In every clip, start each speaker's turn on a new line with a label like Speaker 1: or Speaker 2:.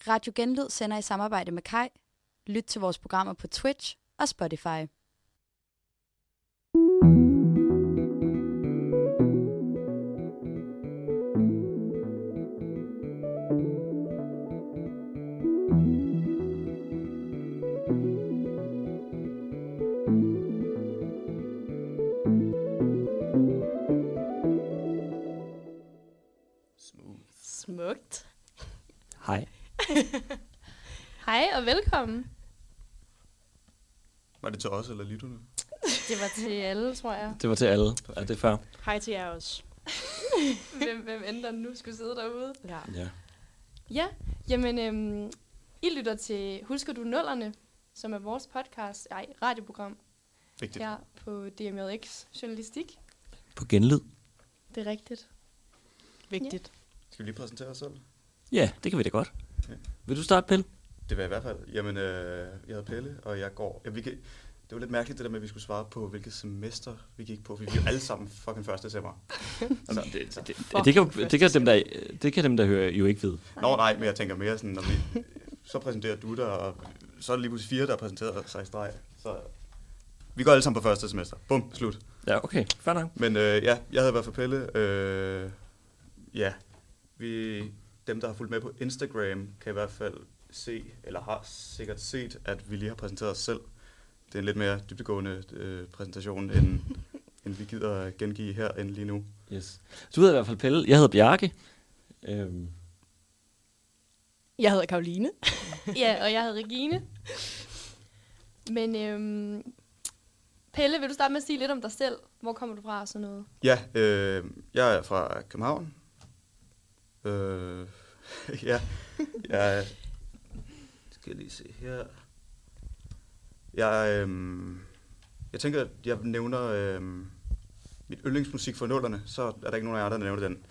Speaker 1: Radio Genlyd sender i samarbejde med Kai. Lyt til vores programmer på Twitch og Spotify.
Speaker 2: Smukt.
Speaker 3: Hej.
Speaker 2: Hej og velkommen.
Speaker 4: Var det til os eller lytterne?
Speaker 2: Det var til alle, tror jeg.
Speaker 3: Det var til alle. Ja, det er fair.
Speaker 5: Hej til jer også.
Speaker 2: hvem end der nu skulle sidde derude.
Speaker 5: Ja.
Speaker 2: Ja, jamen, I lytter til Husker du nullerne, som er vores podcast, radioprogram
Speaker 4: Vigtigt.
Speaker 2: her på DMJX Journalistik.
Speaker 3: På Genlyd.
Speaker 2: Det er rigtigt.
Speaker 5: Vigtigt.
Speaker 4: Skal vi lige præsentere os selv?
Speaker 3: Ja, det kan vi da godt.
Speaker 4: Okay.
Speaker 3: Vil du starte, Pelle?
Speaker 4: Det var i hvert fald. Jamen, jeg hedder Pelle, og jeg går... det var lidt mærkeligt det der med, at vi skulle svare på, hvilket semester vi gik på, for vi er jo alle sammen fucking 1. december. Altså,
Speaker 3: det kan dem, der hører, jo ikke vide.
Speaker 4: Nå nej, men jeg tænker mere sådan, når vi... Så præsenterer du dig, og så er det lige pludselig 4, der præsenterer sig i streg. Så vi går alle sammen på 1. semester. Bum, slut.
Speaker 3: Ja, okay. Fair nok.
Speaker 4: Men jeg hedder i hvert fald Pelle. Dem, der har fulgt med på Instagram, kan i hvert fald se, eller har sikkert set, at vi lige har præsenteret os selv. Det er en lidt mere dybdegående præsentation, end vi gider gengive her end lige nu.
Speaker 3: Yes. Du hedder i hvert fald Pelle. Jeg hedder Bjarke.
Speaker 5: Jeg hedder Karoline.
Speaker 2: Ja, og jeg hedder Regine. Men Pelle, vil du starte med at sige lidt om dig selv? Hvor kommer du fra og sådan noget?
Speaker 4: Ja, jeg er fra København. Jeg skal lige se her. Jeg tænker, at jeg nævner mit yndlingsmusik for nullerne, så er der ikke nogen af jer, der nævner den.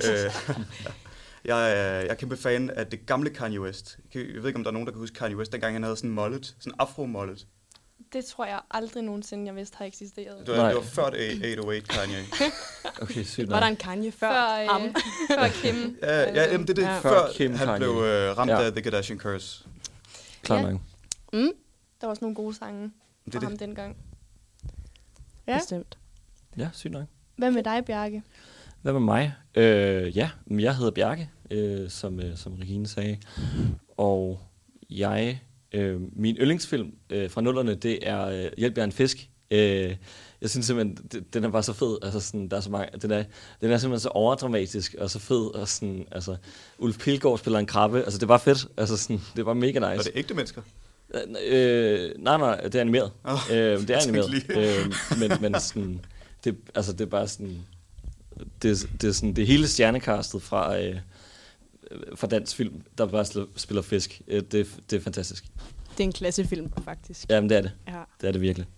Speaker 4: Jeg er kæmpe fan af det gamle Kanye West. Jeg ved ikke, om der er nogen, der kan huske Kanye West, dengang han havde sådan en mullet, sådan afro-mullet.
Speaker 2: Det tror jeg aldrig nogensinde, jeg vidste har eksisteret.
Speaker 4: Det var før 808 Kanye.
Speaker 3: Okay, sygt.
Speaker 5: Var der en Kanye før ham?
Speaker 2: Før Kim.
Speaker 4: Ja, jamen, det er det,
Speaker 5: Ja.
Speaker 4: før
Speaker 3: Kim
Speaker 4: han
Speaker 3: Kanye.
Speaker 4: blev ramt af The Kardashian Curse.
Speaker 3: Klar
Speaker 2: Ja.
Speaker 3: nok.
Speaker 2: Der var også nogle gode sange
Speaker 4: Det
Speaker 2: fra
Speaker 4: er
Speaker 2: ham
Speaker 4: det.
Speaker 2: dengang.
Speaker 5: Ja. Bestemt.
Speaker 3: Ja, sygt nok.
Speaker 2: Hvad med dig, Bjarke?
Speaker 3: Hvad med mig? Jeg hedder Bjarke, som Regine sagde. Og min yndlingsfilm fra nullerne, det er Hjælp, jeg er en fisk. Jeg synes simpelthen, den er bare så fed. Altså sådan, der er så mange, den er simpelthen så overdramatisk og så fed. Og sådan, altså, Ulf Pilgaard spiller en krabbe. Altså, det er bare fedt. Altså, sådan, det er bare mega nice.
Speaker 4: Og det er ægte mennesker.
Speaker 3: Nej, det er animeret. Det er animeret. Men sådan, det er bare sådan, det er sådan, det hele stjernekastet fra dansk film, der bare spiller fisk. Det er fantastisk.
Speaker 5: Det er en klassefilm, faktisk.
Speaker 3: Jamen, det er det.
Speaker 5: Ja.
Speaker 3: Det er det virkelig.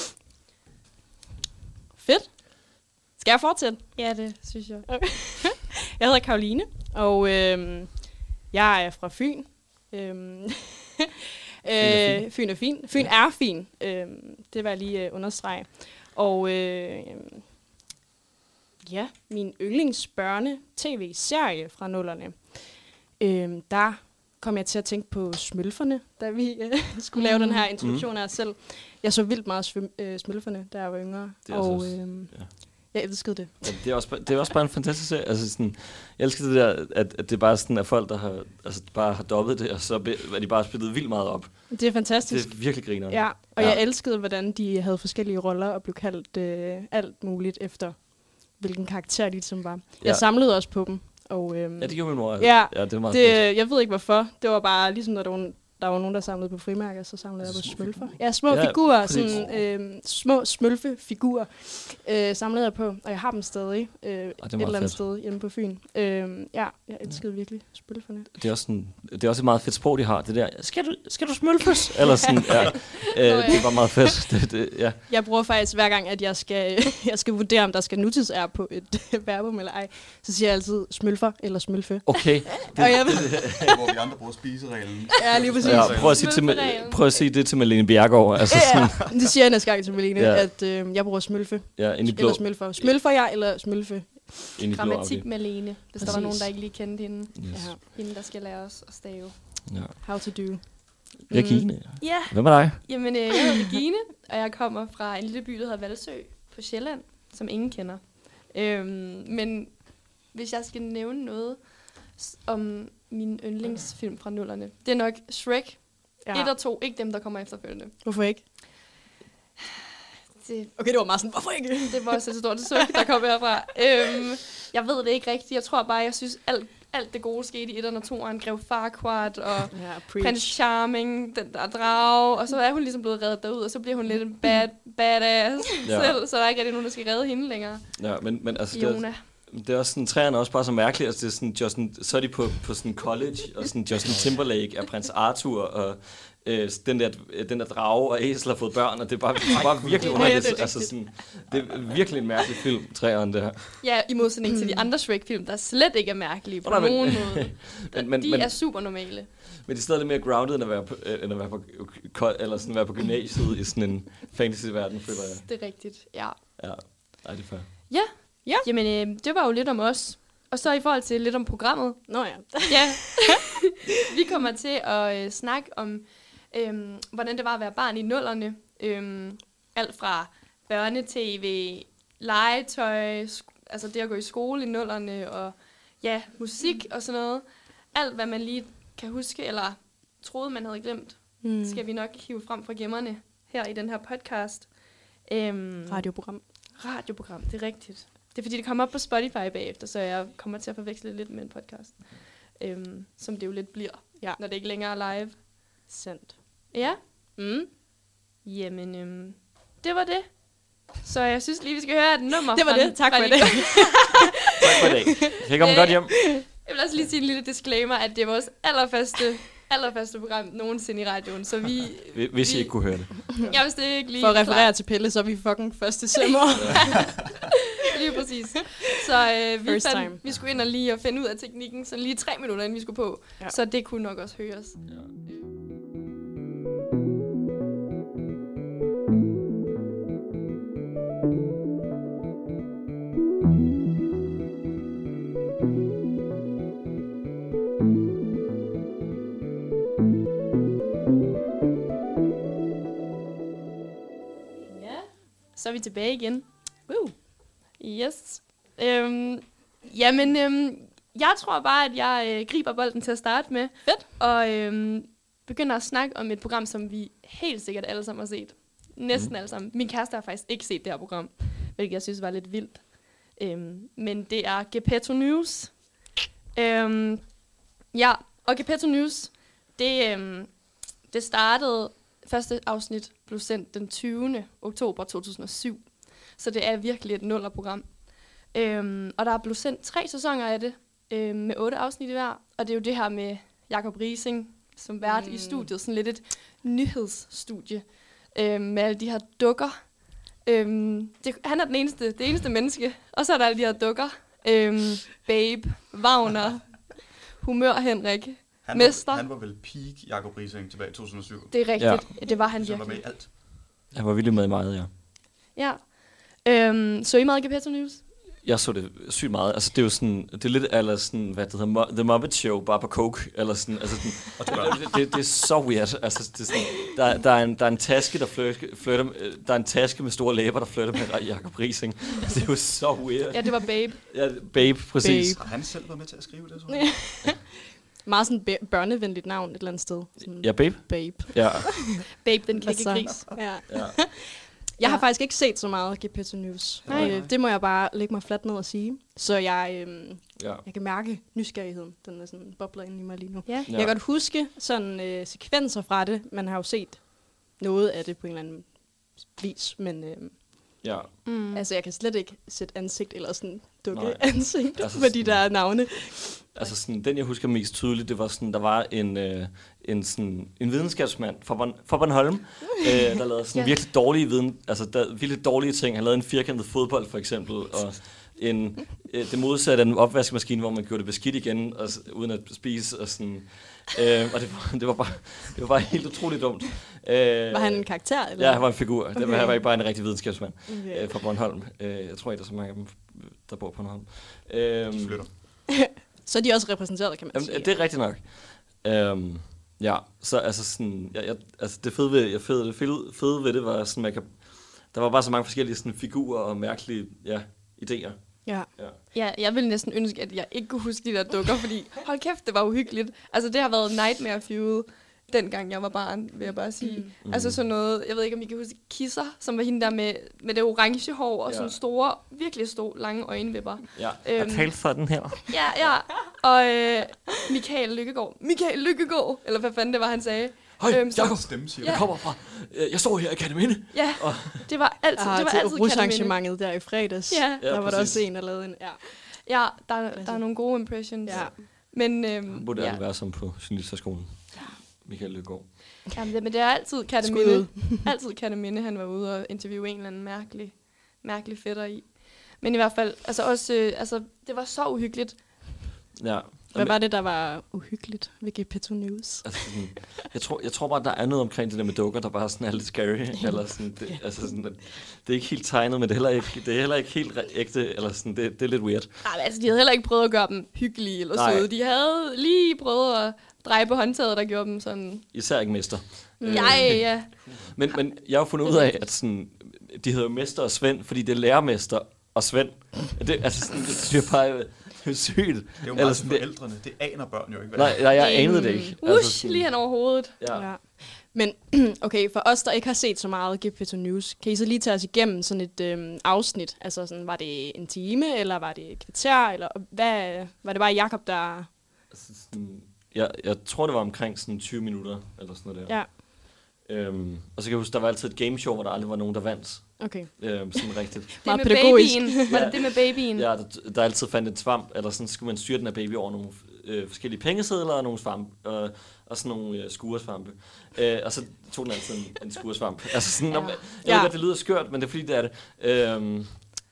Speaker 5: Fedt. Skal jeg fortsætte?
Speaker 2: Ja, det synes jeg.
Speaker 5: Jeg hedder Karoline, og jeg er fra Fyn. Fyn er fin. Fyn er fin. Det vil jeg lige understrege. Og min yndlingsbørne-tv-serie fra nullerne, der kom jeg til at tænke på Smølferne, da vi skulle lave den her introduktion af os selv. Jeg så vildt meget Smølferne, da jeg var yngre.
Speaker 3: Det er
Speaker 5: og
Speaker 3: også,
Speaker 5: jeg elskede det.
Speaker 3: Ja, det er også bare en fantastisk serie. Altså sådan, jeg elsker det der, at det er bare sådan, at folk, der har, altså, bare har dobbet det, og så er de bare spillet vildt meget op.
Speaker 5: Det er fantastisk.
Speaker 3: Det er virkelig griner.
Speaker 5: Ja, og jeg elskede, hvordan de havde forskellige roller og blev kaldt alt muligt efter, hvilken karakter de ligesom var. Jeg samlede også på dem. Og,
Speaker 3: ja, det gjorde min mor.
Speaker 5: Ja,
Speaker 3: det var meget
Speaker 5: jeg ved ikke hvorfor. Det var bare ligesom, når der var nogen, der samlede på frimærker, så samlede jeg på smølfer. Ja, små figurer, sådan, små smølfefigurer samlede jeg på, og jeg har dem stadig et eller andet sted hjemme på Fyn. Jeg elskede virkelig smølferne.
Speaker 3: Det er også et meget fedt sprog, de har. Det der, skal du smølfes? Eller sådan, det var meget fedt.
Speaker 5: Jeg bruger faktisk hver gang, at jeg skal vurdere, om der skal nutids på et verbum eller ej, så siger jeg altid smølfer eller smølfe.
Speaker 3: Okay.
Speaker 4: Hvor vi andre bruger spisereglen.
Speaker 5: Ja, lige præcis.
Speaker 3: Ja, prøv at sige det til Malene Bjergård. Altså,
Speaker 5: det siger jeg næste gang til Malene, at jeg bruger smølfe.
Speaker 3: Ja, ind i blå.
Speaker 5: Eller smølfer. Smølfer jeg, eller smølfe?
Speaker 2: Grammatik Malene, hvis der var nogen, der ikke lige kendte hende.
Speaker 3: Yes.
Speaker 2: Hende, der skal lære os at stave.
Speaker 3: Ja.
Speaker 5: How to do.
Speaker 3: Regine.
Speaker 2: Ja,
Speaker 3: Hvem er dig?
Speaker 2: jamen jeg hedder Regine, og jeg kommer fra en lille by, der hedder Valsø på Sjælland, som ingen kender. Men hvis jeg skal nævne noget om min yndlingsfilm fra nullerne, det er nok Shrek 1 og 2, ikke dem, der kommer efterfølgende.
Speaker 5: Hvorfor ikke? Okay, det var meget sådan, hvorfor ikke?
Speaker 2: Det var også et stort suk, der kom herfra. Jeg ved det ikke rigtigt. Jeg tror bare, jeg synes, alt det gode skete i 1'eren og 2'eren. Grev Farquaad og Prince Charming, den der drage. Og så er hun ligesom blevet reddet derud, og så bliver hun lidt en badass selv. Så der er ikke rigtig nogen, der skal redde hende længere.
Speaker 3: Ja, men altså...
Speaker 2: Fiona.
Speaker 3: Det er også sådan, træerne er også bare så mærkelige. Altså, det er sådan, så er de på sådan college, og sådan Justin Timberlake er prins Arthur, og den der drage og æsel har fået børn, og det er bare virkelig underligt.
Speaker 2: Ja,
Speaker 3: altså, sådan, det er virkelig en mærkelig film, træerne det her.
Speaker 2: Ja, i modsætning til de andre Shrek-film, der slet ikke er mærkelige på nogen måde. De er super normale.
Speaker 3: Men det er stadig lidt mere grounded, end at være på gymnasiet i sådan en fantasy-verden, føler jeg.
Speaker 2: Det er rigtigt, ja.
Speaker 3: Ja, det er fair.
Speaker 2: Ja. Jamen, det var jo lidt om os. Og så i forhold til lidt om programmet.
Speaker 5: Nå ja.
Speaker 2: Ja. Vi kommer til at snakke om, hvordan det var at være barn i nullerne. Alt fra børnetv, legetøj, altså det at gå i skole i nullerne, og ja, musik og sådan noget. Alt, hvad man lige kan huske, eller troede, man havde glemt, skal vi nok hive frem fra gemmerne her i den her podcast. Radioprogram, det er rigtigt. Det er fordi, det kommer op på Spotify bagefter, så jeg kommer til at forveksle lidt med en podcast. Som det jo lidt bliver, når det ikke længere er live.
Speaker 5: Sandt.
Speaker 2: Ja. Jamen, det var det. Så jeg synes lige, vi skal høre et nummer.
Speaker 5: Det var det. Tak for det.
Speaker 3: Tak for i dag. Jeg kommer godt hjem.
Speaker 2: Jeg vil også lige sige en lille disclaimer, at det er vores allerførste program nogensinde i radioen, så vi...
Speaker 3: Hvis I ikke kunne høre det.
Speaker 2: Jeg vidste ikke lige...
Speaker 5: For at referere til Pelle, så er vi fucking 1. december.
Speaker 2: Lige præcis. Så vi skulle ind og lige finde ud af teknikken, så lige 3 minutter, inden vi skulle på. Ja. Så det kunne nok også høres. Ja. Så er vi tilbage igen. Yes. Jeg tror bare, at jeg griber bolden til at starte med.
Speaker 5: Fedt.
Speaker 2: Og begynder at snakke om et program, som vi helt sikkert alle sammen har set. Næsten alle sammen. Min kæreste har faktisk ikke set det her program, hvilket jeg synes var lidt vildt. Men det er Gepetto News. Og Gepetto News, det startede... Første afsnit blev sendt den 20. oktober 2007. Så det er virkelig et nullerprogram. Og der er blevet sendt 3 sæsoner af det, med 8 afsnit i hver. Og det er jo det her med Jakob Riising, som vært i studiet. Sådan lidt et nyhedsstudie med alle de her dukker. Han er det eneste menneske. Og så er der alle de her dukker. Babe, Wagner, Humør Henrik, Mester.
Speaker 4: Han var vel peak Jakob Riising tilbage i 2007.
Speaker 2: Det er rigtigt. Ja. Det var han virkelig.
Speaker 4: Han var med i alt.
Speaker 3: Han var virkelig med i meget,
Speaker 2: ja. Så I meget Gepetto News?
Speaker 3: Jeg så det sygt meget. Altså, det er jo sådan, det er lidt eller sådan, hvad det hedder, The Muppet Show, bare på coke, eller sådan, altså sådan, det er så weird. Altså, det er sådan, der er en taske, der flytter, der er en taske med store læber, der flytter med Jakob Riising. Det er jo så weird.
Speaker 2: Ja, det var Babe.
Speaker 3: Ja, Babe, præcis.
Speaker 4: Har han selv været med til at skrive det, tror jeg?
Speaker 5: Meget sådan børnevenligt navn et eller andet sted. Sådan
Speaker 3: Ja, Babe.
Speaker 5: Babe.
Speaker 3: Ja.
Speaker 2: Babe, den kække gris.
Speaker 5: Ja. Jeg har faktisk ikke set så meget Gepetto News. Det må jeg bare lægge mig fladt ned og sige. Så jeg kan mærke nysgerrigheden. Den er sådan bobler ind i mig lige nu.
Speaker 2: Ja.
Speaker 5: Jeg kan godt huske sådan sekvenser fra det. Man har jo set noget af det på en eller anden vis. Men altså, jeg kan slet ikke sætte ansigt eller sådan dukke ansigt altså på de der navne.
Speaker 3: Altså sådan, den jeg husker mest tydeligt, det var sådan, der var en videnskabsmand fra Bornholm, der lavede sådan virkelig dårlige virkelig dårlige ting. Han lavede en firkantet fodbold for eksempel, og det modsatte af en opvaskemaskine, hvor man gjorde det beskidt igen, og, uden at spise, og sådan. Og det var bare helt utroligt dumt.
Speaker 5: Var han en karakter? Eller?
Speaker 3: Ja, han var en figur. Okay. Han var ikke bare en rigtig videnskabsmand fra Bornholm. Jeg tror ikke, der er så mange af dem, der bor på Bornholm.
Speaker 4: De flytter.
Speaker 5: Så er de også repræsenteret, kan man sige.
Speaker 3: Det er rigtigt nok. Ja, så altså sådan, altså det fede ved det var sådan, der var bare så mange forskellige sådan, figurer og mærkelige idéer.
Speaker 5: Ja.
Speaker 2: Ja, jeg ville næsten ønske, at jeg ikke kunne huske de der dukker, fordi hold kæft, det var uhyggeligt. Altså, det har været Nightmare Fuel, dengang jeg var barn, vil jeg bare sige. Altså sådan noget, jeg ved ikke, om I kan huske Kisser, som var hende der med det orange hår og sådan store, virkelig store, lange øjenvipper.
Speaker 3: Ja, jeg talte for den her.
Speaker 2: Ja. Og Michael Lykkegaard, eller hvad fanden det var, han sagde.
Speaker 3: Hej, Jacob,
Speaker 2: jeg
Speaker 3: kommer fra, jeg står her i Katteminde.
Speaker 2: Ja, det var altid Katteminde.
Speaker 5: Rusarrangementet der i fredags, der var der også en, der lavede en,
Speaker 2: Ja, der er nogle gode impressions. Ja. Men,
Speaker 3: han burde være som på journalisterskolen. Michael Lykkegaard.
Speaker 2: Jamen, men det er altid Katteminde. Altid Katteminde, han var ude og interviewe en eller anden mærkelig fætter i. Men i hvert fald, det var så uhyggeligt.
Speaker 3: Ja.
Speaker 5: Hvad var det, der var uhyggeligt ved Gepetto News?
Speaker 3: Altså, jeg tror bare, der er noget omkring det der med dukker, der bare sådan er lidt scary. Eller sådan, det er ikke helt tegnet, men det er heller ikke helt ægte. Eller sådan, det er lidt weird.
Speaker 2: Nej, altså, de havde heller ikke prøvet at gøre dem hyggelige eller søde. De havde lige prøvet at dreje på håndtaget, der gjorde dem sådan...
Speaker 3: Især ikke mester.
Speaker 2: Ja.
Speaker 3: Men jeg har fundet ud af, at sådan, de hedder Mester og Svend, fordi det er lærermester og Svend. Det er bare... Det er sygt.
Speaker 4: Det er jo meget sådan, forældrene. Det aner børn jo ikke.
Speaker 3: Nej, jeg anede det ikke.
Speaker 2: Lige hen over hovedet.
Speaker 5: Ja. Men okay, for os, der ikke har set så meget Gepetto News, kan I så lige tage os igennem sådan et afsnit? Altså sådan, var det en time, eller var det et kvarter, eller hvad? Var det bare Jacob, der...
Speaker 3: Altså, sådan, jeg tror, det var omkring sådan 20 minutter, eller sådan noget der.
Speaker 5: Ja.
Speaker 3: Og så kan jeg huske, der var altid et gameshow, hvor der aldrig var nogen, der vandt.
Speaker 5: Okay.
Speaker 3: Sådan rigtigt.
Speaker 2: Det med babyen. Var det det med babyen?
Speaker 3: Ja, der altid fandt en svamp, eller sådan skulle man styre den her baby over nogle forskellige pengesedler og nogle svamp, og sådan nogle skuresvampe. Og så tog den altid en skuresvamp. Altså sådan, jeg ved godt, det lyder skørt, men det er fordi, det er det.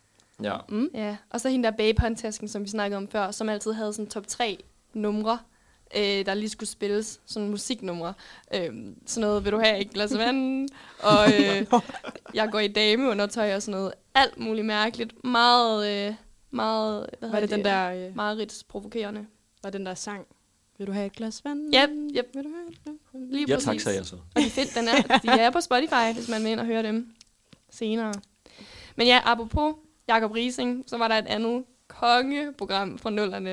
Speaker 2: Ja, og så hende der babe-håndtasken, som vi snakkede om før, som altid havde sådan top 3 numre, der lige skulle spilles, sådan musiknumre. Sådan noget, vil du have et glas vand? Og jeg går i dameundertøj og sådan noget. Alt muligt mærkeligt. Meget
Speaker 5: var det den der...
Speaker 2: Meget provokerende.
Speaker 5: Var den der sang? Vil du have et glas vand?
Speaker 2: Yep.
Speaker 5: Vil du have et glas vand?
Speaker 2: Lige præcis.
Speaker 3: Ja, tak, sagde jeg så.
Speaker 2: Og de er på Spotify, hvis man vil ind og høre dem senere. Men ja, apropos Jacob Riising, så var der et andet kongeprogram fra 0'erne.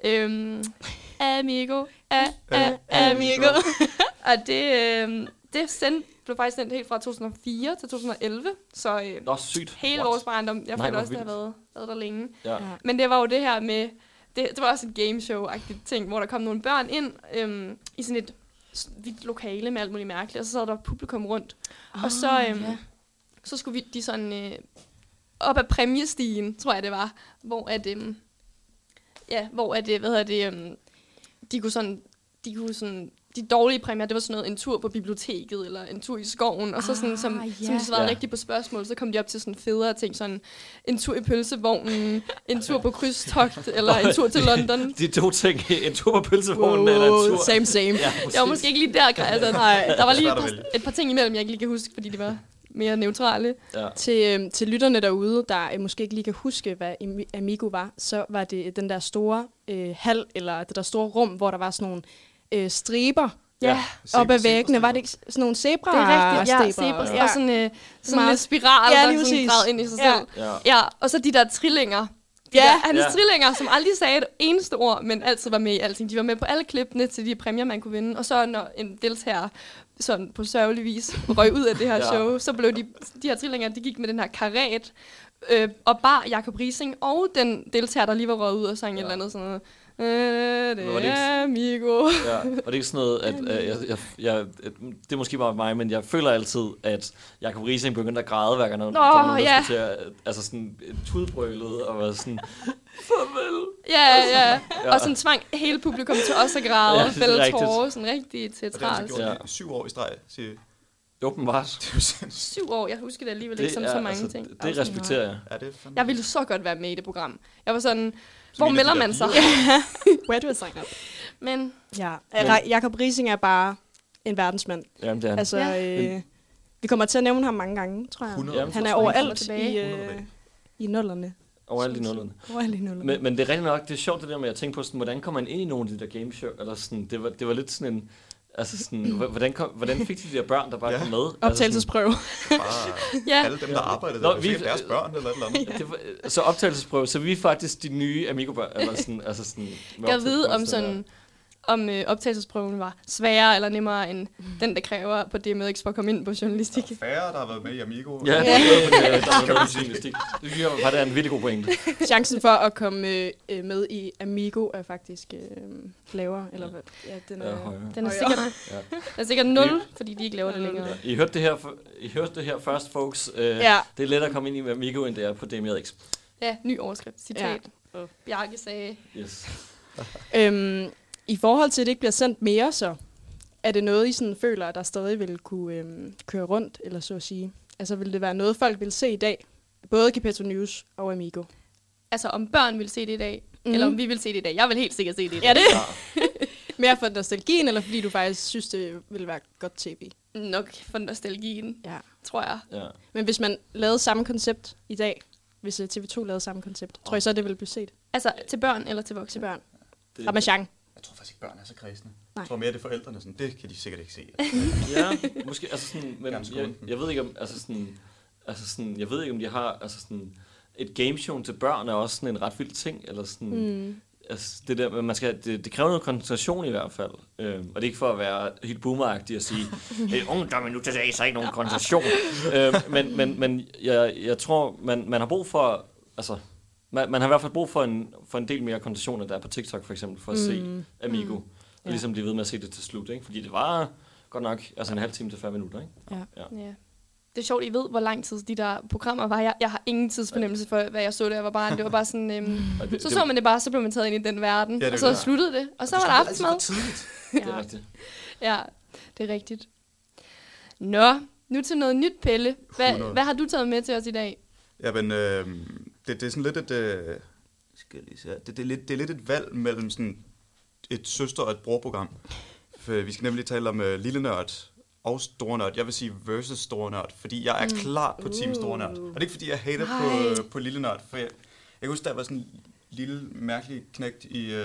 Speaker 2: Amigo. Og det blev faktisk sendt helt fra 2004 til 2011. Så
Speaker 3: sygt.
Speaker 2: Hele vores barndom. Jeg føler også, det har været der længe.
Speaker 3: Ja.
Speaker 2: Men det var jo det her med... Det var også et gameshow-agtigt ting, hvor der kom nogle børn ind i sådan et hvidt lokale med alt muligt mærkeligt, og så sad der publikum rundt. Og så skulle de sådan op ad præmiestigen, tror jeg det var, de dårlige præmier, det var sådan noget, en tur på biblioteket, eller en tur i skoven, og så sådan, som de svarede rigtigt på spørgsmål, så kom de op til sådan federe ting, sådan en tur i pølsevognen, en tur på krydstogt, eller en tur til London.
Speaker 3: De to ting, en tur på pølsevognen, eller en tur...
Speaker 5: Same.
Speaker 2: Ja, jeg var måske ikke lige der, altså, der var lige et par ting imellem, jeg ikke lige kan huske, fordi de var mere neutrale.
Speaker 5: Ja. Til lytterne derude, der måske ikke lige kan huske, hvad Amigo var, så var det den der store hal, eller det der store rum, hvor der var sådan nogle striber op ad væggene. Var det ikke sådan nogle zebra?
Speaker 2: Det er rigtigt, zebra. Ja. Og sådan en spiral, der sådan græd ind i sig selv. Ja, og så de der trillinger. Hans trillinger, som aldrig sagde et eneste ord, men altid var med i alting. De var med på alle klippene til de præmier, man kunne vinde. Og så når en deltager sådan på sørgelig vis røg ud af det her show, så blev de her trillinger, de gik med den her karet og bar Jacob Riising og den deltager, der lige var røget ud og sang et eller andet sådan noget. Det er Amigo.
Speaker 3: Ja, og det er ikke sådan noget, at det er måske bare mig, men jeg føler altid, at Jacob Riising begyndte at græde hver gang, når til altså sådan tudbrølet og var sådan, farvel.
Speaker 2: Ja. Og sådan tvang hele publikum til også at græde og fælde tårer, sådan rigtig teatralt.
Speaker 4: Og det har gjort 7 år i streg, siger
Speaker 3: åbenbart.
Speaker 2: 7 år, jeg husker det alligevel ikke som så mange ting.
Speaker 3: Det respekterer jeg.
Speaker 2: Jeg ville så godt være med i det program. Jeg var sådan, hvor melder man sig?
Speaker 5: Where do I sign up?
Speaker 2: Men
Speaker 5: Jacob Riising er bare en verdensmand.
Speaker 3: Jamen, det er han.
Speaker 5: Altså, vi kommer til at nævne ham mange gange, tror jeg.
Speaker 4: 100.
Speaker 5: Han er overalt i nullerne.
Speaker 3: Overalt i nullerne. Men det er rigtig nok, det er sjovt det der med at tænke på, sådan, hvordan kommer man ind i nogle af de der gameshow, eller sådan, det var lidt sådan Altså sådan, hvordan fik de der børn, der bare kom med?
Speaker 5: Optagelsesprøve.
Speaker 4: Bare alle dem, der arbejdede der, det var deres børn eller et eller andet.
Speaker 3: Så optagelsesprøve, så vi er faktisk de nye Amigo-børn. Eller sådan, altså sådan,
Speaker 2: jeg ved om optagelsesprøven var sværere eller nemmere end den, der kræver på DMX for at komme ind på journalistik.
Speaker 4: Der er færre, der har været med i Amigo.
Speaker 3: Ja, der har været med i journalistik. Det synes jeg var en virkelig god pointe.
Speaker 5: Chancen for at komme med i Amigo er faktisk lavere. Eller hvad? Ja, den er sikkert 0, fordi de ikke laver det længere.
Speaker 3: I hørte det her først, folks. Det er lettere at komme ind i Amigo, end det er på DMX.
Speaker 2: Ja, ny overskrift. Citat.
Speaker 5: Ja.
Speaker 2: Bjarke sagde.
Speaker 3: Yes.
Speaker 5: I forhold til, at det ikke bliver sendt mere, så er det noget, I sådan føler, at der stadig vil kunne køre rundt, eller så at sige? Altså, vil det være noget, folk vil se i dag? Både Gepetto News og Amigo.
Speaker 2: Altså, om børn vil se det i dag, eller om vi vil se det i dag. Jeg vil helt sikkert se det i dag.
Speaker 5: Ja, det mere for nostalgien, eller fordi du faktisk synes, det vil være godt tv?
Speaker 2: Nok for nostalgien, tror jeg.
Speaker 3: Ja.
Speaker 5: Men hvis man lavede samme koncept i dag, hvis TV2 lavede samme koncept, tror I så, det ville blive set?
Speaker 2: Altså, til børn eller til voksne?
Speaker 5: Til børn. Ramachan.
Speaker 4: Jeg tror faktisk ikke, børn er så kredsende.
Speaker 5: Nej.
Speaker 4: Jeg tror mere, det er forældrene. Sådan, det kan de sikkert ikke se.
Speaker 3: Ja, måske. Altså sådan, men jeg ved ikke om, jeg ved ikke om de har, altså sådan, et gameshow til børn er også sådan en ret vild ting, eller sådan. Altså det der, man skal, det kræver noget koncentration i hvert fald. Og det er ikke for at være helt boomeragtig at sige, ungdommen nu til dag, så er ikke nogen koncentration. Men jeg tror, man har brug for, altså, man har i hvert fald brug for en del mere koncentration, der er på TikTok for eksempel, for at se Amigo. Og ligesom de ved med at se det til slut, ikke? Fordi det var godt nok altså en halv time til 40 minutter, ikke?
Speaker 2: Ja. Det er sjovt, I ved, hvor lang tid de der programmer var. Jeg har ingen tidsfornemmelse for, hvad jeg så, da jeg var barn. Det var bare sådan, så man det bare, så blev man taget ind i den verden. Og så sluttede det, og så var der aftensmad.
Speaker 3: Det er rigtigt.
Speaker 2: Ja, det er rigtigt. Nå, nu til noget nyt, Pelle. Hvad har du taget med til os i dag?
Speaker 4: Jamen, det er sådan lidt det er lidt et valg mellem sådan et søster- og et brorprogram. For vi skal nemlig tale om Lille Nørd og Store Nørd. Jeg vil sige versus Store Nørd, fordi jeg er klar på Team Store Nørd. Og det er ikke, fordi jeg hater på Lille Nørd, for jeg kan huske, der var sådan en lille, mærkelig knægt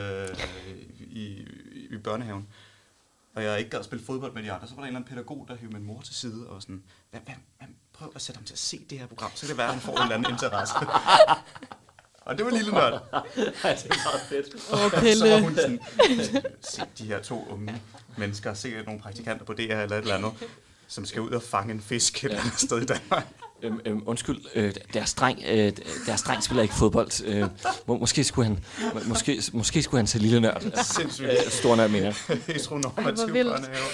Speaker 4: i børnehaven. Og jeg ikke gad at spille fodbold med de andre. Så var der en eller anden pædagog, der hævde min mor til side og sådan, prøv at sætte ham til at se det her program, så kan det være, at han får en eller anden interesse. Og det var Lille Nørd.
Speaker 3: Ja, det er meget fedt.
Speaker 4: Så var hun sådan, se de her 2 unge mennesker, sikkert nogle praktikanter på DR eller et eller andet, som skal ud og fange en fisk et eller andet sted i Danmark.
Speaker 3: Undskyld, deres dreng spiller ikke fodbold. Måske skulle han til Lille Nørd.
Speaker 4: Sindssygt.
Speaker 3: Stor Nørd, mener jeg.
Speaker 4: Heteronormativ børnehave.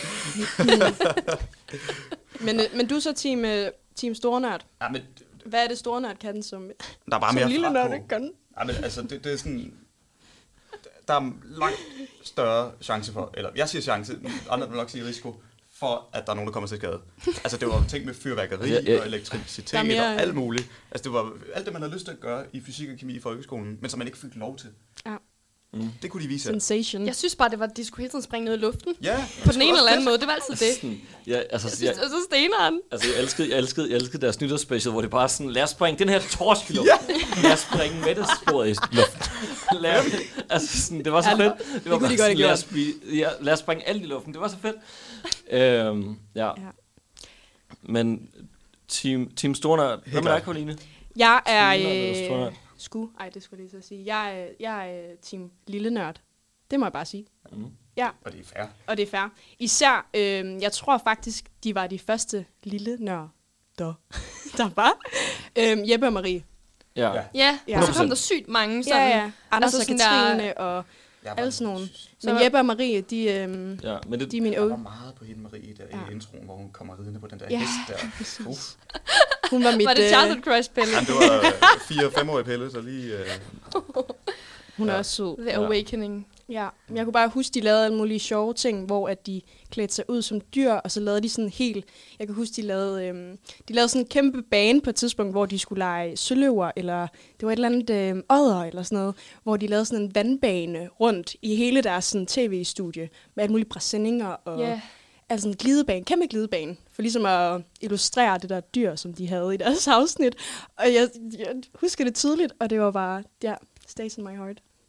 Speaker 5: Men du er så team Store Nørd.
Speaker 4: Ja, men
Speaker 5: hvad er det Store Nørd kan, som
Speaker 4: der er bare mere
Speaker 5: Lille Nørd
Speaker 4: på.
Speaker 5: ikke kan?
Speaker 4: Ja, men altså, det er sådan, der er langt større chance for, eller jeg siger chance, andre vil nok sige risiko, for at der er nogen, der kommer til skade. Altså, det var ting med fyrværkeri og elektricitet og alt muligt. Altså, det var alt det, man havde lyst til at gøre i fysik og kemi i folkeskolen, men som man ikke fik lov til.
Speaker 5: Ja.
Speaker 4: Det kunne de vise.
Speaker 5: Sensation.
Speaker 2: Jeg synes bare, det var, at de skulle hele tiden springe noget i luften.
Speaker 4: Ja.
Speaker 2: På den ene eller anden måde. Det var altid det.
Speaker 3: Og
Speaker 2: så steneren.
Speaker 3: Altså, jeg elskede deres nytårsspecial, hvor det bare sådan, lad os springe den her torsk i luften. Lad os springe Mette-sporet i luften. Altså, sådan, det var så fedt. Det var bare sådan, lad os springe alt i luften. Det var så fedt. Ja. Men Team Store Nørd. Hvad med dig, Caroline?
Speaker 5: Jeg er... det skulle jeg lige så sige. Jeg er team Lille Nørd. Det må jeg bare sige. Ja.
Speaker 4: Og det er fair.
Speaker 5: Og det er fair. Især, jeg tror faktisk, de var de første lille nørder, der var. Jeppe og Marie.
Speaker 2: Ja, så kom der sygt mange. Sådan,
Speaker 5: ja. Anders
Speaker 2: altså
Speaker 5: og Katrine og alle sådan nogle. Men Jeppe og Marie, de er mine
Speaker 4: Jeg var meget på hende Marie der i introen, hvor hun kommer ridende på den der hest der.
Speaker 5: Hun var mit...
Speaker 2: Var det Childhood Crush, Pelle?
Speaker 4: Jamen, det var 4-5-årige Pelle, så lige...
Speaker 5: Hun er også sød.
Speaker 2: The Awakening.
Speaker 5: Ja, men jeg kunne bare huske, de lavede alle mulige sjove ting, hvor at de klædte sig ud som dyr, og så lavede de sådan helt... Jeg kan huske, de lavede sådan en kæmpe bane på et tidspunkt, hvor de skulle lege søløver, eller det var et eller andet odder, eller sådan noget, hvor de lavede sådan en vandbane rundt i hele deres sådan, tv-studie, med alle mulige præsendinger og... Altså en glidebane, kæmpe glidebane, for ligesom at illustrere det der dyr, som de havde i deres afsnit. Og jeg husker det tydeligt, og det var bare, stays in my heart.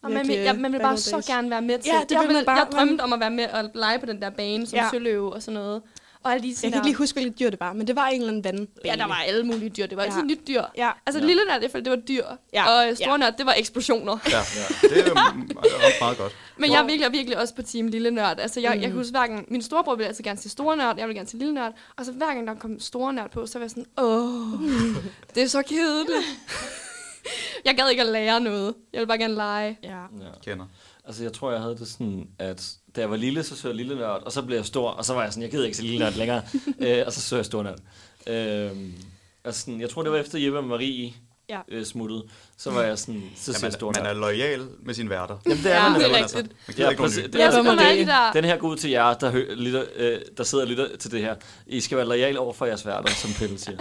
Speaker 2: Og man vil bare så gerne være med til.
Speaker 5: Ja, det vil man bare.
Speaker 2: Jeg drømte om at være med og lege på den der bane som søløve og sådan noget. Og alle de
Speaker 5: jeg kan ikke lige huske, hvilket dyr det var, men det var en eller anden vandbane.
Speaker 2: Ja, der var alle mulige dyr. Det var altid et nyt dyr.
Speaker 5: Ja.
Speaker 2: Altså lille nørd, jeg følte, det var dyr. Ja. Og store nørd, det var eksplosioner.
Speaker 4: Ja, det er meget godt.
Speaker 2: Men jeg er virkelig også på team lille nørd. Altså jeg kan huske hverken, min storebror ville altid gerne se store nørd, jeg ville gerne se lille nørd. Og så hver gang der kom store nørd på, så var jeg sådan, det er så kedeligt. Jeg gad ikke at lære noget. Jeg ville bare gerne lege.
Speaker 5: Ja.
Speaker 4: Kender.
Speaker 3: Altså, jeg tror, jeg havde det sådan, at da jeg var lille, så jeg lille nørd, og så blev jeg stor, og så var jeg sådan, jeg gider ikke se lille nørd længere, og så så jeg stor nørd. Altså, jeg tror, det var efter Jeppe og Marie smuttede, så var jeg sådan, så ser jeg stor nørd.
Speaker 4: Man er loyal med sine værter.
Speaker 3: Jamen, det er man.
Speaker 2: Det er rigtigt.
Speaker 3: Den her går ud til jer, der sidder og lytter til det her. I skal være loyal over for jeres værter, som Pelle siger.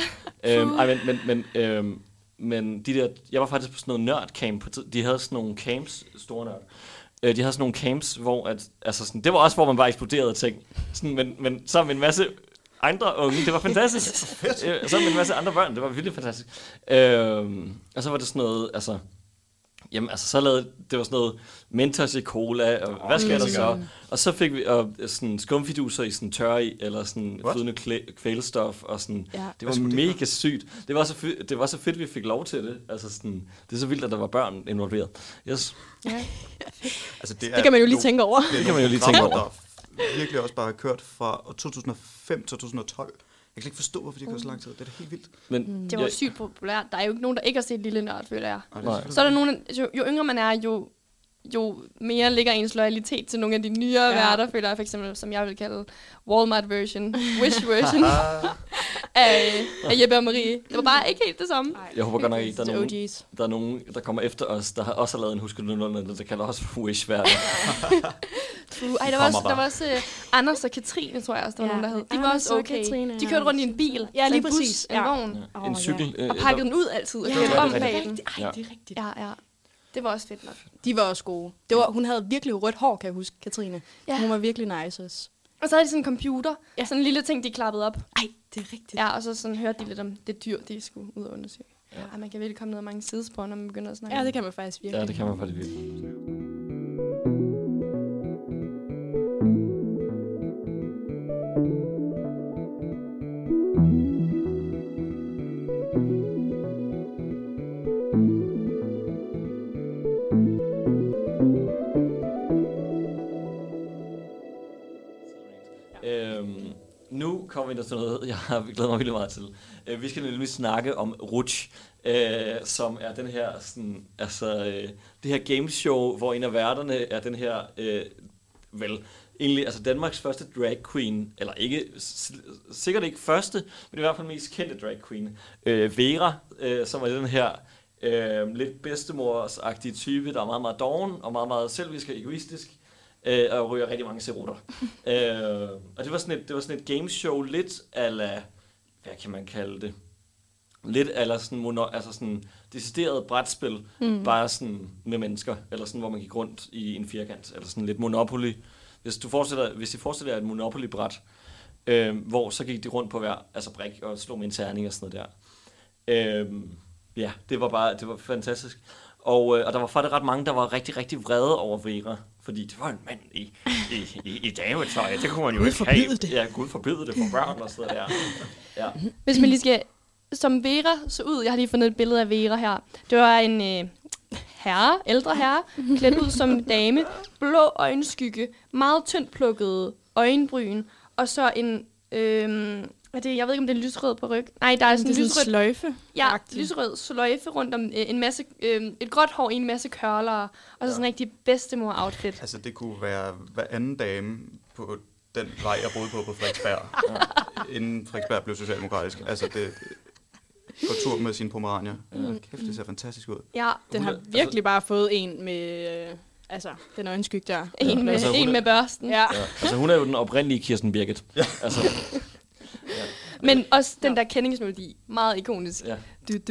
Speaker 3: Men de der, jeg var faktisk på sådan noget nerdcamp. De havde sådan nogle camps, store nørd. De havde sådan nogle camps, hvor altså sådan, det var også, hvor man bare eksploderede ting. Sådan, men så med en masse andre unge, det var fantastisk. Så med en masse andre børn, det var virkelig fantastisk. Og så var det sådan noget, altså... Jamen, altså, så lavede det var sådan noget Mentos i cola, og hvad sker der så? Og så fik vi sådan skumfiduser i sådan tørre eller sådan flydende kvælstof, og sådan. Ja. Det var mega sygt. Det var så fedt, vi fik lov til det. Altså sådan, det er så vildt, at der var børn involveret. Yes.
Speaker 5: Ja.
Speaker 4: Altså,
Speaker 5: det kan man jo lige tænke over.
Speaker 3: Det kan man jo lige tænke over.
Speaker 4: Der virkelig også bare kørt fra 2005 til 2012. Jeg kan ikke forstå, hvorfor de kører så lang tid. Det er da helt vildt.
Speaker 3: Men,
Speaker 2: det var sygt populært. Der er jo ikke nogen, der ikke har set Lille Nørd, føler jeg.
Speaker 3: Nej.
Speaker 2: Så er der nogen, jo yngre man er, jo mere ligger ens loyalitet til nogle af de nyere værter, føler jeg, for eksempel, som jeg vil kalde Walmart version, Wish version af Jeppe og Marie. Det var bare ikke helt det samme.
Speaker 3: Jeg håber godt nok ikke, der er nogen, der kommer efter os, der også har lavet en huskenullerne, der kalder også Wish-værter.
Speaker 2: Der var også Anders og Katrine, tror jeg også, der var nogen, der hed. De var også okay. Katrine, de kørte rundt i en bil.
Speaker 5: Ja, lige præcis.
Speaker 2: En vogn.
Speaker 3: En cykel.
Speaker 2: Og pakkede den ud altid. Og kørte om bag den.
Speaker 5: Ej, det er rigtigt.
Speaker 2: Ja. Det var også fedt nok.
Speaker 5: De var også gode. Hun havde virkelig rødt hår, kan jeg huske, Katrine. Ja. Hun var virkelig nice også.
Speaker 2: Og så havde de sådan en computer. Ja. Sådan en lille ting, de klappede op.
Speaker 5: Ej, det er rigtigt.
Speaker 2: Ja, og så sådan hørte de lidt om det dyr, de skulle ud og undersøge. Ja. Ej, man kan virkelig komme ned af mange sidespor, når man begynder at snakke.
Speaker 5: Ja, det kan man faktisk virkelig.
Speaker 3: Ja, det kan man faktisk virkelig. Nu kommer vi til noget, jeg har glædet mig vildt meget til. Vi skal nemlig snakke om Rutsch, som er den her, sådan, det her gameshow, hvor en af værterne er den her, egentlig, altså Danmarks første drag queen, eller ikke, sikkert ikke første, men i hvert fald mest kendte drag queen, Vera, som er den her lidt bedstemorsagtige type, der er meget, meget doven og meget, meget selvisk og egoistisk. Og ryger rigtig mange cerutter. Og det var sådan et gameshow, lidt ala, hvad kan man kalde det? Lidt ala sådan decideret brætspil, bare sådan med mennesker, eller sådan, hvor man gik rundt i en firkant, eller sådan lidt Monopoly. Hvis I forestiller jer et Monopoly-bræt, hvor så gik de rundt på hver brik og slog med en terning og sådan noget der. Ja, det var fantastisk. Og der var faktisk ret mange, der var rigtig, rigtig vrede over Vera, fordi det var en mand i dametøj. Det kunne man jo ikke have. Ja, Gud forbyde det for børn og sådan der. Ja.
Speaker 2: Hvis man lige skal, som Vera så ud, jeg har lige fundet et billede af Vera her. Det var en ældre herre, klædt ud som en dame, blå øjenskygge, meget tyndt plukkede øjenbryn, og så en... jeg ved ikke, om det er lysrød på ryg. Nej, der er sådan en lysrød
Speaker 5: sløjfe.
Speaker 2: Ja, lysrød sløjfe rundt om en masse, et gråt hår i en masse curler, og så sådan en rigtig bedstemor-outfit.
Speaker 4: Altså, det kunne være hver anden dame på den vej, jeg boede på Frederiksberg, inden Frederiksberg blev socialdemokratisk. Altså, det på tur med sine pomeranier. Kæft, det ser fantastisk ud.
Speaker 2: Ja,
Speaker 5: den har virkelig bare fået en med... den øjenskygge der.
Speaker 2: En med børsten.
Speaker 5: Ja.
Speaker 3: Altså, hun er jo den oprindelige Kirsten Birgit. Ja. Altså,
Speaker 2: ja. Men også den der kendingsmelodi, meget ikonisk. Ja.
Speaker 5: Ej, det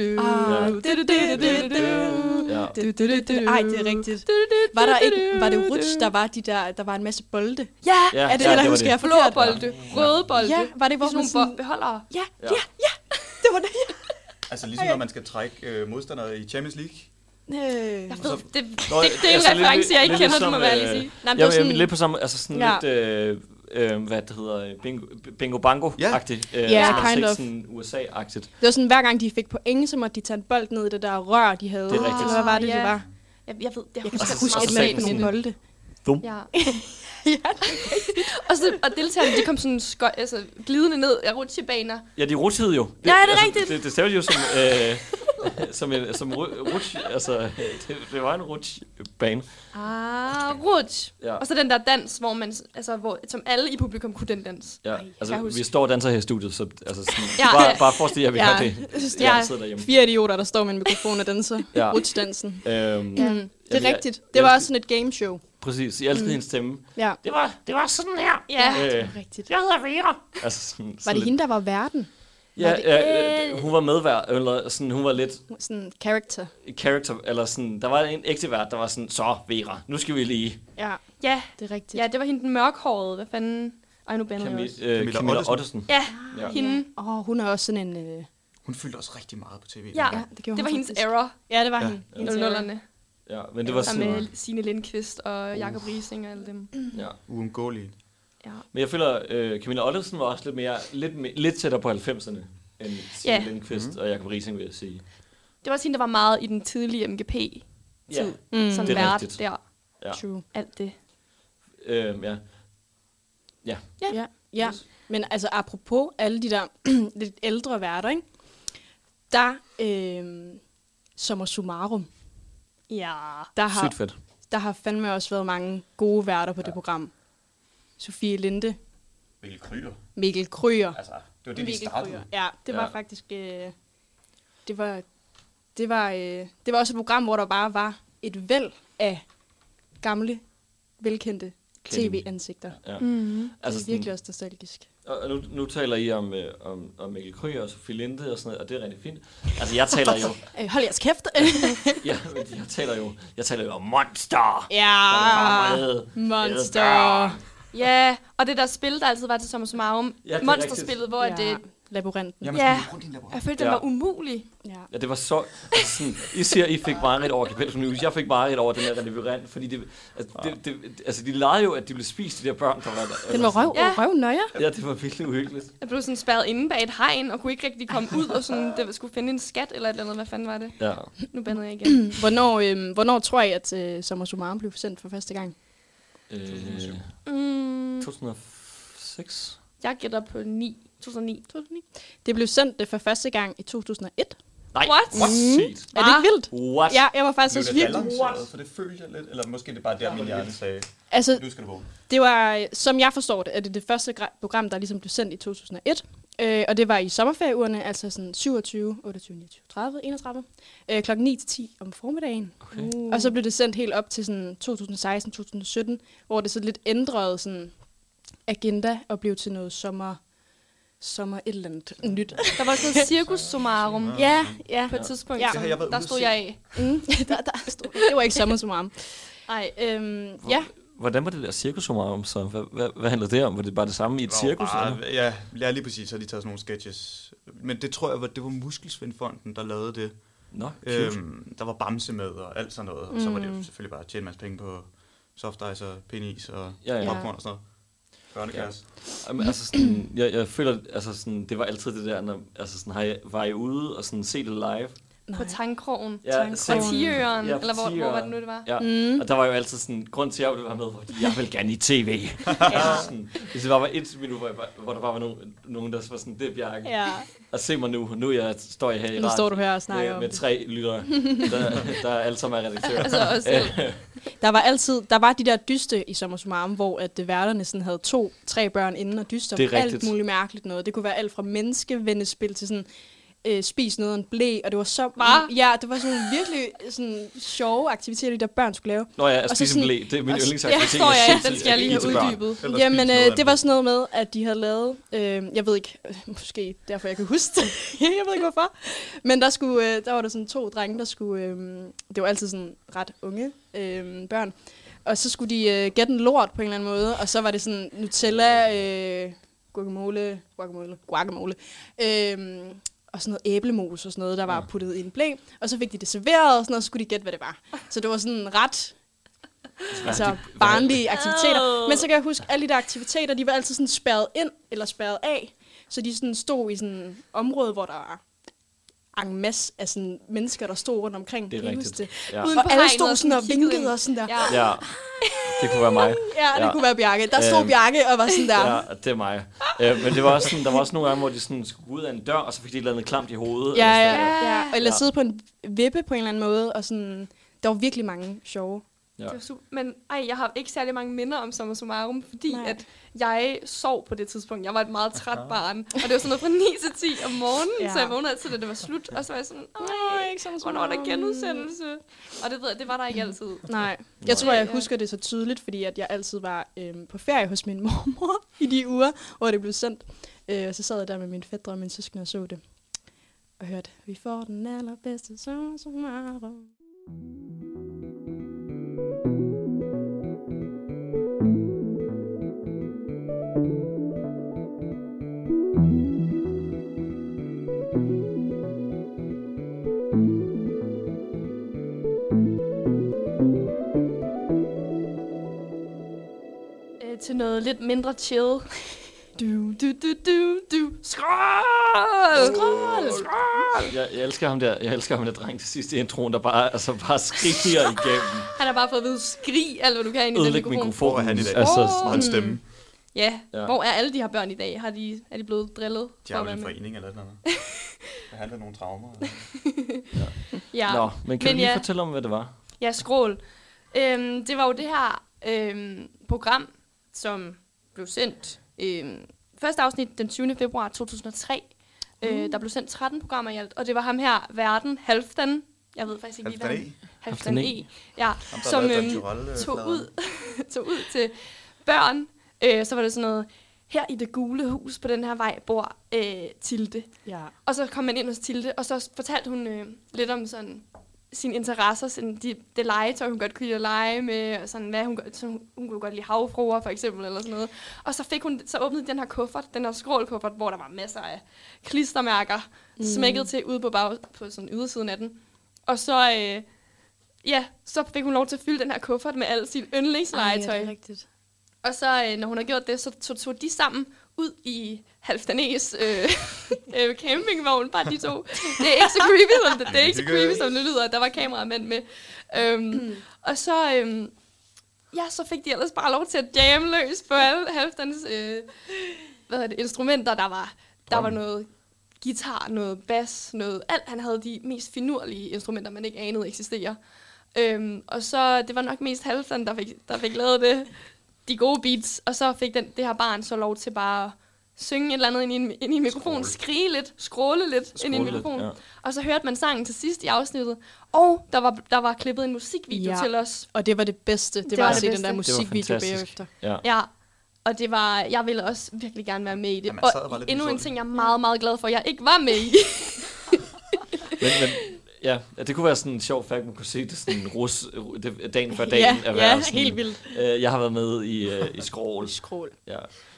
Speaker 5: er rigtigt. Var det Rutsch, der var en masse bolde?
Speaker 2: Ja,
Speaker 5: er det, eller husker jeg forkert?
Speaker 2: Blå bolde, røde bolde.
Speaker 5: Ja, var det hvor
Speaker 2: sådan beholdere?
Speaker 5: Ja, det var det.
Speaker 4: Altså ligesom når man skal trække modstandere i Champions League.
Speaker 2: Jeg ved, det er en
Speaker 3: altså,
Speaker 2: reference, jeg ikke
Speaker 3: lidt
Speaker 2: kender, det må
Speaker 3: som,
Speaker 2: være lige sige.
Speaker 5: Nej, men det
Speaker 3: Jeg
Speaker 5: var sådan,
Speaker 3: lidt på samme, altså sådan
Speaker 5: Ja.
Speaker 3: lidt, hvad det hedder, bingo bango-agtigt.
Speaker 5: Ja,
Speaker 3: som man
Speaker 5: kind
Speaker 3: ser
Speaker 5: of.
Speaker 3: sådan USA-agtigt.
Speaker 5: det var sådan, hver gang de fik point, så måtte de tage en bold ned i det der rør, de havde.
Speaker 3: Det er rigtigt.
Speaker 5: Eller hvad var det,
Speaker 2: Ja.
Speaker 5: det var?
Speaker 2: Jeg ved,
Speaker 5: Jeg kan
Speaker 3: Og så-
Speaker 5: ikke huske
Speaker 3: og
Speaker 5: et
Speaker 3: så
Speaker 5: eller
Speaker 3: sagde
Speaker 5: andet
Speaker 3: den
Speaker 5: nogle
Speaker 3: sådan-
Speaker 5: bolde.
Speaker 2: Ja.
Speaker 5: Ja.
Speaker 2: Og deltagerne, de kom sådan glidende ned af rutsjebaner.
Speaker 3: Ja, de rutsjede jo.
Speaker 2: Ja, det er rigtigt.
Speaker 3: Det stavede jo som rutsj, altså det var en rutsjbane.
Speaker 2: Rutsj.
Speaker 3: Ja.
Speaker 2: Og så den der dans, hvor man, som alle i publikum kunne den dans.
Speaker 3: Ja,
Speaker 2: kan
Speaker 3: altså
Speaker 2: jeg huske.
Speaker 3: vi står og danser her i studiet, så altså sådan,
Speaker 2: Ja.
Speaker 3: bare forestil jer, at vi har det.
Speaker 5: Ja.
Speaker 3: Jeg sidder derhjemme.
Speaker 5: 4 idioter, der står med en mikrofon og danser.
Speaker 3: Ja.
Speaker 5: Rutsjdansen.
Speaker 2: Ja.
Speaker 5: Det er
Speaker 3: jeg-
Speaker 5: rigtigt. Det var også sådan et gameshow.
Speaker 3: Præcis, jeg elskede hendes stemme.
Speaker 5: Ja.
Speaker 3: Det var sådan her.
Speaker 2: Ja.
Speaker 5: Det var rigtigt.
Speaker 3: Jeg hedder Vera. Altså, sådan,
Speaker 5: Var det hende, der var verden?
Speaker 3: Ja, hun var medvært, eller sådan, hun var lidt
Speaker 5: Sådan character.
Speaker 3: character, eller sådan, der var en ægte vært, der var sådan, så Vera, nu skal vi lige.
Speaker 5: Ja,
Speaker 2: Ja.
Speaker 5: det er rigtigt.
Speaker 2: Ja, det var hende den mørkhårede. Hvad fanden? Ej, nu bander jeg også.
Speaker 3: Camilla Ottesen.
Speaker 2: Ja,
Speaker 3: Ja.
Speaker 2: hende.
Speaker 5: Hun er også sådan en...
Speaker 4: Hun fyldte også rigtig meget på tv.
Speaker 2: Ja,
Speaker 5: det gjorde
Speaker 2: det var
Speaker 5: hun
Speaker 2: hendes
Speaker 5: faktisk.
Speaker 2: error.
Speaker 5: Ja, det var
Speaker 4: Ja.
Speaker 5: hende.
Speaker 2: I
Speaker 5: Hendes error.
Speaker 2: 00'erne.
Speaker 3: Ja, men det var
Speaker 2: Sammen
Speaker 3: sådan,
Speaker 2: med Signe Lindqvist og Jakob Riising og alle dem.
Speaker 3: ja.
Speaker 4: Uundgåelige.
Speaker 2: Ja.
Speaker 3: Men jeg føler, Camilla Ottesen var også lidt tættere på 90'erne, end Signe
Speaker 2: Ja.
Speaker 3: Lindqvist og Jakob Riising, vil jeg sige.
Speaker 2: Det var også hende, der var meget i den tidlige MGP-tid.
Speaker 3: Ja,
Speaker 2: Sådan
Speaker 3: det er
Speaker 2: vært
Speaker 3: rigtigt.
Speaker 2: der.
Speaker 3: Ja.
Speaker 5: True.
Speaker 2: Alt det.
Speaker 3: Ja.
Speaker 5: Ja. Men altså, apropos alle de der lidt ældre værter, ikke? Der, Sommer Summarum,
Speaker 2: Ja.
Speaker 3: Sygt fedt.
Speaker 5: der har fandme også været mange gode værter på det program. Sofie Linde,
Speaker 4: Mikkel Kryger.
Speaker 5: Mikkel Kryger.
Speaker 4: Altså, det var det, de
Speaker 5: Mikkel
Speaker 4: startede.
Speaker 5: Kryger. Ja, det var
Speaker 3: Ja.
Speaker 5: faktisk... det var også et program, hvor der bare var et væld af gamle, velkendte tv-ansigter.
Speaker 3: Ja.
Speaker 2: Mm.
Speaker 5: Det
Speaker 3: Altså
Speaker 5: er virkelig også nostalgisk.
Speaker 3: og nu taler I om Mikkel Kryger og Sofie Linde og sådan noget, og det er rigtig fint. Altså, jeg taler jo...
Speaker 5: Hold jeres kæft!
Speaker 3: ja, men jeg taler jo om Monster!
Speaker 5: Ja, Monster!
Speaker 2: Ja, og det der spil, der altid var til Sommer Summarum.
Speaker 3: Ja, det er
Speaker 2: Monsterspillet, hvor
Speaker 5: Ja,
Speaker 2: det...
Speaker 5: labyrinten.
Speaker 4: Jamen,
Speaker 2: Ja.
Speaker 4: rundt i en labyrint.
Speaker 2: Jeg følte, den
Speaker 3: Ja.
Speaker 2: var umulig.
Speaker 5: Ja.
Speaker 3: Ja, det var så... Altså sådan, I siger, I fik mareridt over Kapel News. Jeg fik mareridt over den her labyrint, fordi altså, de legede jo, at de blev spist, de der børn, der var der.
Speaker 5: Den var røvnøjer.
Speaker 3: Ja, det var virkelig uhyggeligt.
Speaker 2: Jeg blev sådan spærret inde bag et hegn, og kunne ikke rigtig komme ud, og sådan, det skulle finde en skat eller et eller andet. Hvad fanden var det?
Speaker 3: Ja.
Speaker 2: Nu bandede jeg igen.
Speaker 5: Hvornår tror I, at Sommer Summarum blev sendt for første gang?
Speaker 3: 2006?
Speaker 2: Jeg gætter på 2009.
Speaker 5: 2009. Det blev sendt for første gang i 2001.
Speaker 3: Nej,
Speaker 2: What?
Speaker 3: sygt.
Speaker 5: Er det ikke vildt?
Speaker 3: What?
Speaker 5: Ja, jeg var faktisk
Speaker 4: Blev
Speaker 5: også
Speaker 4: det
Speaker 5: virkelig...
Speaker 4: balanceret, for det følte jeg lidt. Eller måske det er bare der, min hjerne sagde,
Speaker 5: Altså,
Speaker 4: nu skal du på.
Speaker 5: det var, som jeg forstår det, er det første program, der ligesom blev sendt i 2001. Og det var i sommerferieugerne, altså sådan 27, 28, 29, 30, 31. Klokken 9 til 10 om formiddagen.
Speaker 3: Okay.
Speaker 5: Og så blev det sendt helt op til sådan 2016-2017, hvor det så lidt ændrede sådan agenda og blev til noget sommer et eller andet nyt.
Speaker 2: Der var sådan noget cirkus summarum
Speaker 5: Ja.
Speaker 2: på et tidspunkt.
Speaker 5: Ja.
Speaker 4: Det har jeg været
Speaker 2: Der
Speaker 4: ude
Speaker 2: stod
Speaker 4: at se.
Speaker 2: jeg af.
Speaker 5: Der stod, det var ikke sommer som arm. Nej, ja.
Speaker 3: Hvordan var det der cirkusummarum så? Hvad handlede det om? Var det bare det samme i et cirkus? Eller?
Speaker 4: Ja, lige præcis. Så har de taget sådan nogle sketches. Men det tror jeg, det var Muskelsvindfonden, der lavede det.
Speaker 3: Nå, cute.
Speaker 4: Der var Bamse med og alt sådan noget. Og så var det jo selvfølgelig bare at tjene en masse penge på soft ice og penis og popcorn og sådan noget. Børnekasse.
Speaker 3: Jamen, altså sådan, jeg føler, altså sådan, det var altid det der, når, altså sådan, var I ude og sådan se det live?
Speaker 2: På Tangkrogen.
Speaker 3: Ja,
Speaker 2: Fra Tiøren.
Speaker 3: Ja,
Speaker 2: Eller hvor var det nu, det var?
Speaker 3: Ja, og der var jo altid sådan, grund til, at jeg ville være med, fordi jeg vil gerne i tv. Sådan, hvis det bare var et minut, hvor der bare var nogen, der var sådan, det er Bjarke.
Speaker 5: Ja.
Speaker 3: Og se mig nu står jeg her i
Speaker 5: Nu står du her og snakker om
Speaker 3: med 3 lyttere, der alle sammen er redaktører.
Speaker 2: Altså også.
Speaker 5: Der var de der dyste i Sommer Summarum, hvor at værterne sådan havde 2-3 børn inden og dyster
Speaker 3: Det er
Speaker 5: om alt
Speaker 3: rigtigt.
Speaker 5: muligt mærkeligt noget. Det kunne være alt fra menneskevendespil til sådan spis noget af en blæ, og det var så...
Speaker 2: Hva?
Speaker 5: Ja, det var sådan virkelig sådan sjove aktiviteter, de der børn skulle lave.
Speaker 3: Nå ja, at
Speaker 5: Og så
Speaker 3: spise
Speaker 5: sådan-
Speaker 3: en blæ, det er min
Speaker 5: og så-
Speaker 3: yndlingsaktivitet.
Speaker 2: Ja, står jeg,
Speaker 3: at
Speaker 2: den skal jeg lige
Speaker 3: spise
Speaker 2: have
Speaker 3: børn.
Speaker 2: uddybet.
Speaker 4: Ellers
Speaker 5: Jamen,
Speaker 4: spise noget af
Speaker 5: det var sådan noget med, at de havde lavet... jeg ved ikke, måske derfor jeg kan huske det. Jeg ved ikke hvorfor. Men der var der sådan 2 drenge, der skulle... det var altid sådan ret unge børn. Og så skulle de gætte en lort på en eller anden måde. Og så var det sådan Nutella, guacamole. og sådan noget æblemos og sådan noget, der var puttet i en blæ. Og så fik de det serveret, og sådan noget, og så skulle de gætte, hvad det var. Så det var sådan ret altså, barnlige aktiviteter. Men så kan jeg huske, alle de der aktiviteter, de var altid sådan spærret ind eller spærret af. Så de sådan stod i sådan et område, hvor der var en masse af sådan mennesker, der stod rundt omkring.
Speaker 3: Det er rigtigt.
Speaker 5: Ja. Og alle stod sådan og vinkede og sådan der.
Speaker 3: Ja. Det kunne være mig.
Speaker 5: Ja, det kunne være Bjarke. Der stod Bjarke og var sådan der.
Speaker 3: Ja, det er mig. Men det var også sådan, der var også nogle gange, hvor de sådan skulle gå ud af en dør, og så fik de et eller andet klamt i hovedet.
Speaker 5: Ja. Eller sidde på en vippe på en eller anden måde. Og sådan, der var virkelig mange sjove.
Speaker 2: Ja. Det var super. Men jeg har ikke særlig mange minder om Summa Summarum, fordi at jeg sov på det tidspunkt. Jeg var et meget træt barn, og det var sådan noget fra 9 til 10 om morgenen, så jeg vågnede altid, da det var slut, og så var jeg sådan, hvornår er der genudsendelse? Og det var der ikke altid.
Speaker 5: Nej, jeg tror, jeg husker det så tydeligt, fordi at jeg altid var på ferie hos min mormor i de uger, hvor det blev sendt. Og så sad jeg der med mine fætre og mine søskende og så det. Og hørte, vi får den allerbedste Summa Summarum.
Speaker 2: Til noget lidt mindre chill. Skrål!
Speaker 3: Jeg elsker ham der dreng til sidst i introen, der bare skriger igennem.
Speaker 2: Han har bare fået at vide, skrig alt, hvad du kan ind i den mikrofon.
Speaker 4: Hvor er han i dag? Hans stemme.
Speaker 2: Ja. Hvor er alle de her børn i dag? Er de blevet drillet?
Speaker 4: De har vel en forening eller noget. Der handler nogle traumer.
Speaker 2: Ja.
Speaker 3: Nå, men kan du lige fortælle om, hvad det var?
Speaker 2: Ja, skrål. Det var jo det her program, som blev sendt første afsnit den 20. februar 2003. Der blev sendt 13 programmer i alt, og det var ham her, værten, Halfdan. Jeg ved faktisk ikke lige, hvad Halfdan E. Ja, som tog ud til børn. Så var det sådan noget, her i det gule hus på den her vej bor Tilde. Ja. Og så kom man ind hos Tilde, og så fortalte hun lidt om sådan sine interesser, sådan det legetøj, hun godt kunne lide at lege med, og sådan, hvad hun kunne godt lide havfruer, for eksempel, eller sådan noget. Og så åbnede den her kuffert, den her skrålkuffert, hvor der var masser af klistermærker, smækket til ude på sådan ydersiden af den. Og så, så fik hun lov til at fylde den her kuffert med alt sit yndlingslegetøj.
Speaker 5: Ja, det er rigtigt.
Speaker 2: Og så, når hun har gjort det, så tog de sammen ud i Halfdanés campingvogn, bare de to. Det er ikke så creepy, som det lyder, at der var kameramænd med. Og så, så fik de ellers bare lov til at jamme løs på alle Halfdans instrumenter. Der var noget guitar, noget bass, noget alt. Han havde de mest finurlige instrumenter, man ikke anede eksisterer. Og så, det var nok mest Halfdan, der fik lavet de gode beats, og så fik det her barn så lov til bare at synge et eller andet ind i en mikrofon, skrige lidt, skråle lidt ind i en mikrofon. Ja. Og så hørte man sangen til sidst i afsnittet, og der var klippet en musikvideo til os.
Speaker 5: Og det var det bedste. Det var at se den der musikvideo bagefter.
Speaker 2: Ja. Og det var, jeg ville også virkelig gerne være med i det. Og endnu en ting, jeg er meget, meget glad for, at jeg ikke var med i.
Speaker 3: men ja, det kunne være sådan en sjov fakt, man kunne se det sådan dagen før dagen.
Speaker 5: Ja, helt vildt.
Speaker 3: Jeg har været med i Skrål. Ja.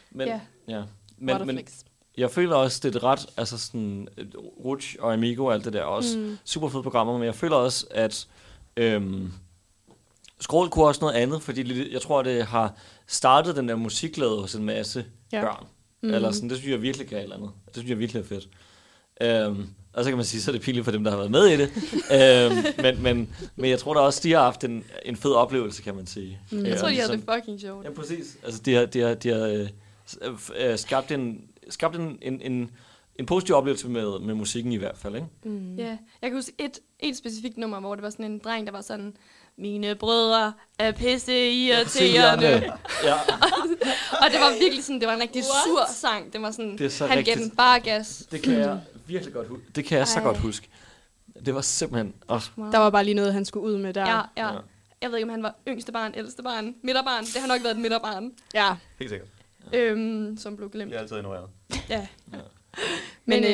Speaker 3: Men jeg føler også, det er ret, altså sådan, Ruch og Amigo og alt det der, også super fede programmer, men jeg føler også, at Skrål kunne også noget andet, fordi jeg tror, det har startet den der musikglæde hos en masse børn. Eller sådan, det synes jeg virkelig kan et eller andet. Det synes jeg virkelig er fedt. Og så kan man sige, så er det pinligt for dem, der har været med i det. Men jeg tror da også, de har haft en fed oplevelse, kan man sige.
Speaker 2: Jeg tror, de havde det fucking sjovt.
Speaker 3: Ja, præcis. Altså, de har skabt en positiv oplevelse med musikken i hvert fald, ikke?
Speaker 2: Ja, jeg kan huske et specifikt nummer, hvor det var sådan en dreng, der var sådan, mine brødre er pisseirriterende.
Speaker 3: Ja.
Speaker 2: Og det var virkelig sådan, det var en rigtig sur sang. Det var sådan, han gav den bare gas.
Speaker 3: Det kan jeg virkelig godt huske. Det kan jeg så godt huske. Det var simpelthen...
Speaker 5: Der var bare lige noget, han skulle ud med der.
Speaker 2: Ja. Jeg ved ikke, om han var yngste barn, ældste barn, midterbarn. Det har nok været et midterbarn.
Speaker 5: Ja.
Speaker 4: Helt sikkert.
Speaker 2: Som blev glemt.
Speaker 4: Det er altid ignoreret.
Speaker 2: Ja.
Speaker 5: Men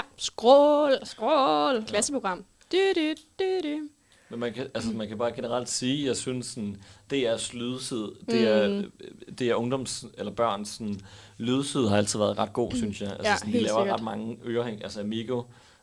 Speaker 5: skrål. Klasseprogram.
Speaker 3: Men man kan bare generelt sige, jeg synes sådan, DR's lydside, det er ungdoms eller børns sådan, lydside har altid været ret god, synes jeg. Altså sådan, de laver ret mange ørehæng, altså Amigo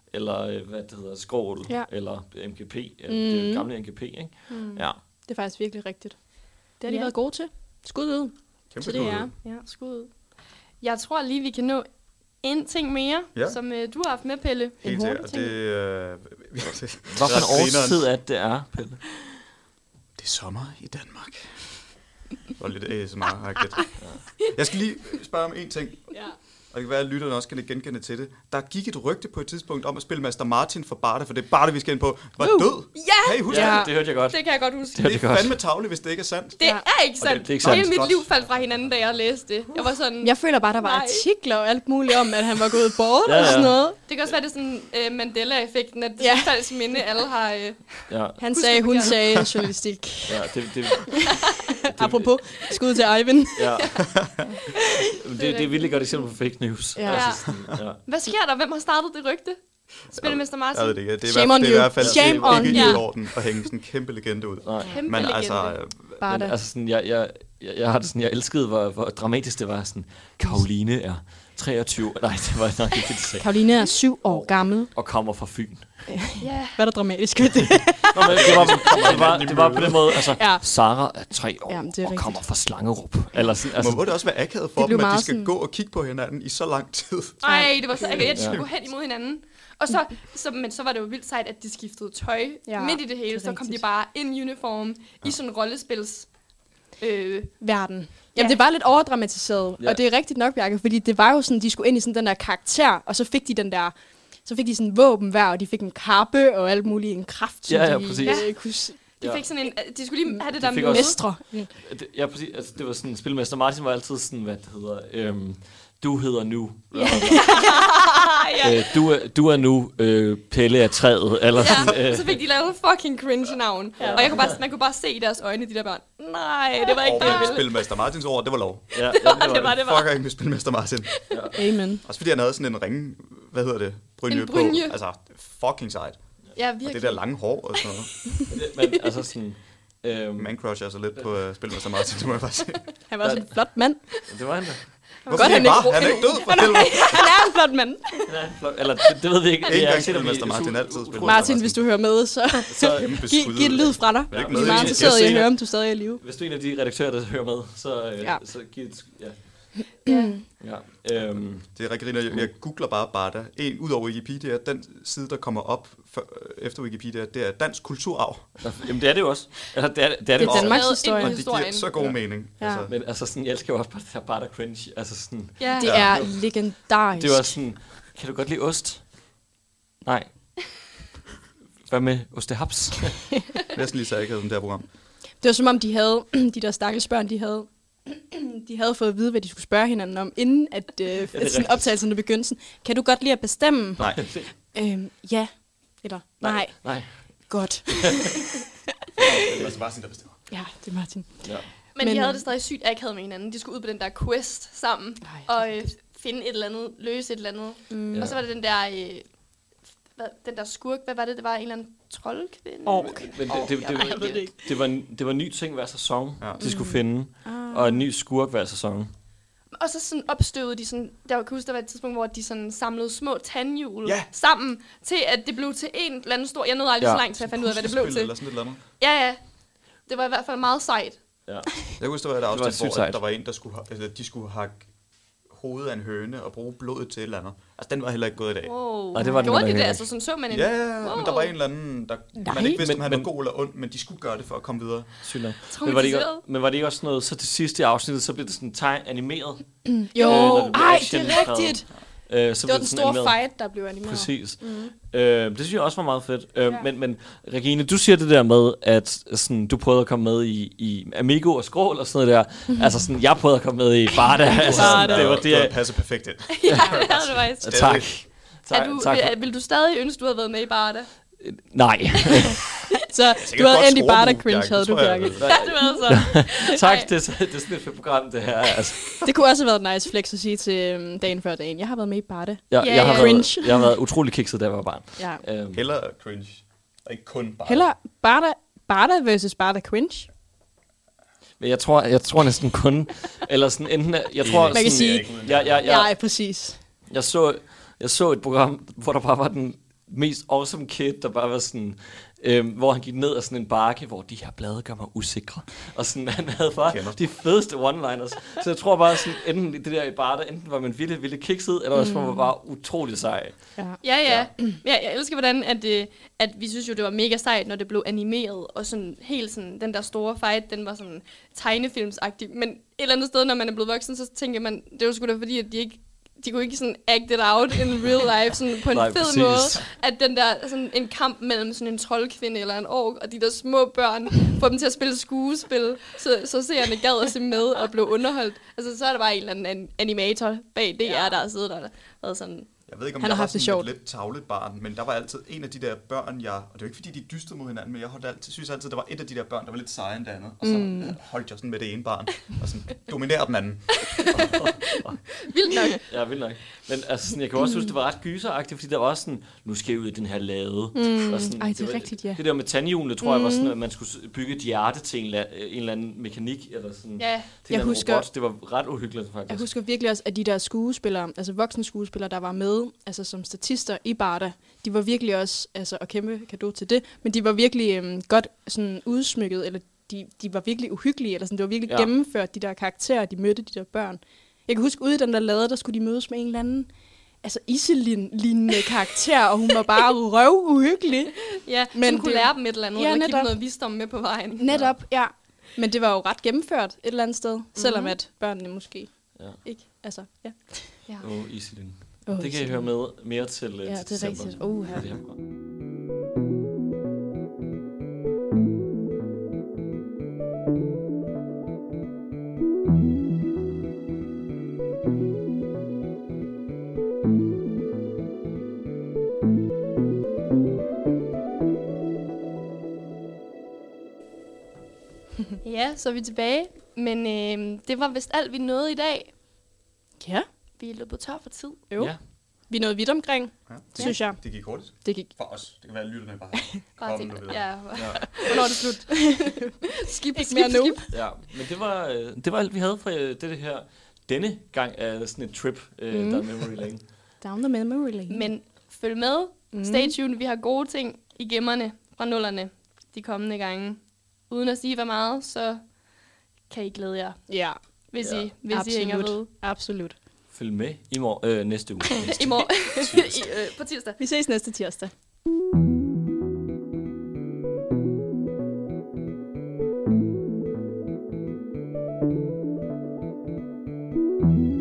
Speaker 3: eller hvad det hedder, Skrål, eller MGP, det gamle MGP, ikke? Ja.
Speaker 5: Det er faktisk virkelig rigtigt. Det har de været gode til. Skud ud.
Speaker 4: Kæmpe
Speaker 5: det er.
Speaker 2: Ja, skud ud. Jeg tror lige, vi kan nå en ting mere, som du har haft med, Pelle.
Speaker 4: Helt
Speaker 2: en
Speaker 4: det,
Speaker 3: hvad for en årstid er det er, Pelle?
Speaker 4: Det er sommer i Danmark. Det var lidt ASMR-agtigt. Jeg skal lige spørge om en ting.
Speaker 2: Ja.
Speaker 4: Og det kan være, at lytterne også kan genkende til det. Der gik et rygte på et tidspunkt om at spille Master Martin for Barda, for det er Barda, vi skal ind på, var død.
Speaker 2: Ja!
Speaker 4: Hey, husk
Speaker 3: det hørte jeg godt.
Speaker 2: Det kan jeg godt huske.
Speaker 4: Det er fandme tavligt, hvis det ikke er sandt.
Speaker 2: Det er ikke sandt.
Speaker 3: Det er ikke sandt.
Speaker 2: Hele mit liv faldt fra hinanden, da jeg læste det. Jeg var sådan...
Speaker 5: Jeg føler bare, der var artikler og alt muligt om, at han var gået bort og sådan noget.
Speaker 2: Det kan også være, det er sådan Mandela-effekten, at det falsk minde, alle har...
Speaker 5: Han sagde, hun sagde journalistik.
Speaker 3: Ja,
Speaker 5: Apropos, skud til Ivan.
Speaker 3: Ja. det er virkelig godt eksempel på fake news.
Speaker 5: Ja.
Speaker 3: Altså,
Speaker 2: Hvad sker der? Hvem har startet det rygte? Spillemester Martin?
Speaker 4: Jeg ved det ikke. Det
Speaker 5: Shame
Speaker 4: er
Speaker 5: on
Speaker 4: i
Speaker 5: you.
Speaker 4: hvert fald
Speaker 5: Shame on
Speaker 4: ikke
Speaker 5: you.
Speaker 4: i orden at hænge sådan en kæmpe legende ud.
Speaker 2: Kæmpe
Speaker 4: Men
Speaker 2: legende.
Speaker 4: altså...
Speaker 3: sådan, jeg har det sådan, jeg elskede, hvor dramatisk det var. Sådan, Karoline er 23. Nej, det var nok ikke det, de sagde.
Speaker 5: Karoline er 7 år gammel.
Speaker 3: Og kommer fra Fyn.
Speaker 2: Ja.
Speaker 5: Hvad er der dramatisk ved det?
Speaker 3: Nå, men det var på den måde, altså, Sara er 3 år og kommer fra Slangerup. Eller sådan, altså,
Speaker 4: må det også være akavet for dem, at de skal gå og kigge på hinanden i så lang tid?
Speaker 2: Nej, det var så akavet, at de skulle gå hen imod hinanden. Og men så var det jo vildt sejt, at de skiftede tøj midt i det hele. Så kom de bare ind i uniform i sådan en rollespils...
Speaker 5: verden. Jamen, det var lidt overdramatiseret, og det er rigtigt nok, Bjarke, fordi det var jo sådan, de skulle ind i sådan den der karakter, og så fik de sådan våben hver, og de fik en kappe og alt muligt, en kraft, som
Speaker 2: de fik sådan en, de skulle lige have det der
Speaker 5: med mestre.
Speaker 3: Ja, præcis. Altså, det var sådan, spilmester Martin var altid sådan, hvad det hedder, du hedder nu. Du er nu Pelle af træet. Eller sådan,
Speaker 2: så fik de lavet fucking cringe navn. Ja. Og man kunne bare se i deres øjne, de der børn. Nej, det var ikke det, jeg ville.
Speaker 4: Spilmester Martins ord, det var lov.
Speaker 2: Ja, det var.
Speaker 4: Fuck ikke med Spilmester Martin.
Speaker 5: Ja. Amen.
Speaker 4: Også fordi han havde sådan en ring, hvad hedder det? Brynje på. Altså, fucking sejt.
Speaker 2: Ja, virkelig.
Speaker 4: Og det der lange hår og sådan noget.
Speaker 3: Men altså sådan...
Speaker 4: Man crusher altså lidt på Spilmester Martin, må jeg bare sige.
Speaker 5: Han var også en flot mand.
Speaker 3: Det var han da.
Speaker 4: Hvorfor han er ikke død for helvede?
Speaker 5: Han er en flot mand.
Speaker 3: Eller det ved vi ikke.
Speaker 4: Ikke engang Spilmester Martin altid spiller.
Speaker 5: Martin, hvis du hører med, så giv et lyd fra dig. Vi er meget interesseret i at høre, om du stadig er i live.
Speaker 3: Hvis du er en af de redaktører, der hører med, så giv et...
Speaker 4: Det er rigtig. Jeg googler bare Barda. Ud over Wikipedia, den side, der kommer op efter Wikipedia, det er dansk kulturarv.
Speaker 3: Jamen det er det jo også. Altså, det er
Speaker 5: Danmarks historie.
Speaker 4: Og det giver så god mening.
Speaker 5: Ja.
Speaker 3: Altså. Men altså sådan, jeg elsker jo også bare det her Barda cringe. Altså sådan.
Speaker 5: Ja. Det er legendarisk.
Speaker 3: Det var sådan, kan du godt lide ost? Nej. Hvad med ostehaps?
Speaker 4: Næsten lige så jeg ikke havde den der program.
Speaker 5: Det var som om de havde, de der stakkels børn, de havde fået at vide, hvad de skulle spørge hinanden om, inden at sådan optagelserne begyndte. Sådan, kan du godt lide at bestemme?
Speaker 4: Nej.
Speaker 5: Ja. Eller nej. Godt.
Speaker 4: Det var Martin, der bestemmer.
Speaker 5: Ja, det er Martin.
Speaker 2: Ja. Men de havde det stadig sygt akavet med hinanden. De skulle ud på den der quest sammen og finde et eller andet, løse et eller andet. Og så var det den der... den der skurk, hvad var det? Det var en eller anden troldkvinde?
Speaker 3: Men det var en ny ting hver sæson, de skulle finde. Og en ny skurk hver sæson.
Speaker 2: Og så sådan opstøvede de sådan... Der var et tidspunkt, hvor de sådan samlede små tandhjul sammen, til at det blev til en eller anden stor... Jeg nåede aldrig så langt til at finde ud af, hvad det blev til.
Speaker 4: Eller sådan et eller andet.
Speaker 2: Ja. Det var i hvert fald meget sejt.
Speaker 3: Ja.
Speaker 4: Jeg kunne huske, der var et afsnit, hvor der var en, der skulle... de skulle hakke hovedet af en høne og bruge blodet til et eller andet. Altså, den var heller ikke gået i dag.
Speaker 2: Wow.
Speaker 3: Og det var
Speaker 2: gjorde de det? Altså, sådan så man en...
Speaker 4: Ja, men der var en eller anden, der man ikke vidste, om han var god eller ond, men de skulle gøre det for at komme videre.
Speaker 3: Men var det ikke også noget, så til sidst i afsnittet, så blev det sådan animeret?
Speaker 5: Jo, det er rigtigt.
Speaker 3: Det
Speaker 5: var den store fight, der blev animeret.
Speaker 3: Præcis. Det synes jeg også var meget fedt. Men Regine, du siger det der med, at sådan, du prøvede at komme med i Amigo og Skrål og sådan noget der. Altså sådan, jeg prøvede at komme med i Barda. Altså,
Speaker 4: det var det passer perfekt ind.
Speaker 2: Ja, det havde du faktisk.
Speaker 3: Tak.
Speaker 2: Vil du stadig ønske, du havde været med i Barda?
Speaker 3: Nej.
Speaker 5: Så du havde endt i Barda cringe, havde du, Bjarke.
Speaker 2: Ja, du havde så.
Speaker 3: Tak, det er sådan et fedt program, det her. Altså.
Speaker 5: Det kunne også have været et nice flex at sige til dagen før dagen. Jeg har været med i Barda.
Speaker 3: Jeg har været utrolig kikset, da jeg var barn.
Speaker 5: Ja.
Speaker 4: Heller cringe, og ikke kun Barda.
Speaker 5: Heller Barda versus Barda cringe.
Speaker 3: Men jeg tror næsten kun, eller sådan enten, jeg tror...
Speaker 5: Man kan sige,
Speaker 3: ja,
Speaker 5: præcis.
Speaker 3: Jeg så et program, hvor der bare var mest awesome kid, der bare var sådan, hvor han gik ned ad sådan en bakke, hvor de her blade gør mig usikre. Og sådan, han havde bare de fedeste one-liners. Så jeg tror bare sådan, enten det der i Barda, enten var man vildt kikset, eller også var man bare utrolig sej.
Speaker 2: Ja. Jeg elsker, hvordan at vi synes jo, det var mega sejt, når det blev animeret, og sådan helt sådan, den der store fight, den var sådan tegnefilmsagtig. Men et eller andet sted, når man er blevet voksen, så tænker man, det var sgu da fordi, at de kunne ikke sådan act it out in real life sådan på en fed måde, at den der sådan en kamp mellem sådan en troldkvinde eller en ork og de der små børn får dem til at spille skuespil, så seerne gad at se med og blev underholdt. Altså så er der bare en eller anden animator bag DR, der har siddet der og været sådan.
Speaker 4: Jeg ved ikke, om jeg var sådan et lidt tavlet barn, men der var altid en af de der børn, og det var ikke fordi, de dystede mod hinanden, men jeg synes altid, der var et af de der børn, der var lidt seje end det andet. Og så holdt jeg sådan med det ene barn, og sådan dominerede den anden.
Speaker 2: Vildt nok.
Speaker 3: Ja, vildt nok. Men altså, sådan, jeg kan også huske, det var ret gyseragtigt, fordi der var også sådan, nu skal jeg ud i den her lade. Og sådan,
Speaker 5: Ej, det er rigtigt, ja.
Speaker 3: Det der med tandhjulene, tror jeg var sådan, at man skulle bygge et hjerte til en eller anden mekanik, eller sådan.
Speaker 2: Ja.
Speaker 3: Jeg husker, robot. Det var ret uhyggeligt, faktisk.
Speaker 5: Jeg husker virkelig også, at de der skuespillere, altså voksne skuespillere, der var med, altså som statister i Barda, de var virkelig også, altså, og kæmpe cadeau til det, men de var virkelig godt sådan udsmykket, eller de var virkelig uhyggelige, eller sådan, det var virkelig gennemført, de der karakterer, de mødte de der børn. Jeg kan huske, ude i den der lade, der skulle de mødes med en eller anden, altså Iselin-lignende karakter, og hun var bare røv uhyggelig.
Speaker 2: Ja, men som kunne lære dem et eller andet, eller give dem noget visdom med på vejen.
Speaker 5: Netop, ja. Men det var jo ret gennemført et eller andet sted, selvom at børnene måske ikke, altså, ja.
Speaker 3: Iselin. Det kan I høre med mere til
Speaker 5: ja,
Speaker 3: til
Speaker 5: det er rigtigt.
Speaker 3: Her.
Speaker 2: Ja, så er vi tilbage. Men det var vist alt, vi nåede i dag.
Speaker 5: Ja.
Speaker 2: Vi er løbet tør for tid.
Speaker 5: Jo. Ja. Vi nåede vidt omkring, synes jeg.
Speaker 4: Det gik hurtigt.
Speaker 5: Det gik.
Speaker 4: For os. Det kan være, at lytterne bare
Speaker 2: Hvornår er det slut? skip.
Speaker 3: Ja, men det var alt, vi havde fra det her. Denne gang er sådan et trip, der er memory lane.
Speaker 5: Down the memory lane.
Speaker 2: Men følg med. Stay tuned. Vi har gode ting i gemmerne fra nullerne de kommende gange. Uden at sige for meget, så kan I glæde jer.
Speaker 5: Ja.
Speaker 2: Hvis I hænger ved.
Speaker 5: Absolut.
Speaker 3: Følg med i morgen, næste uge.
Speaker 2: I morgen. På tirsdag.
Speaker 5: Vi ses næste tirsdag.
Speaker 6: thank you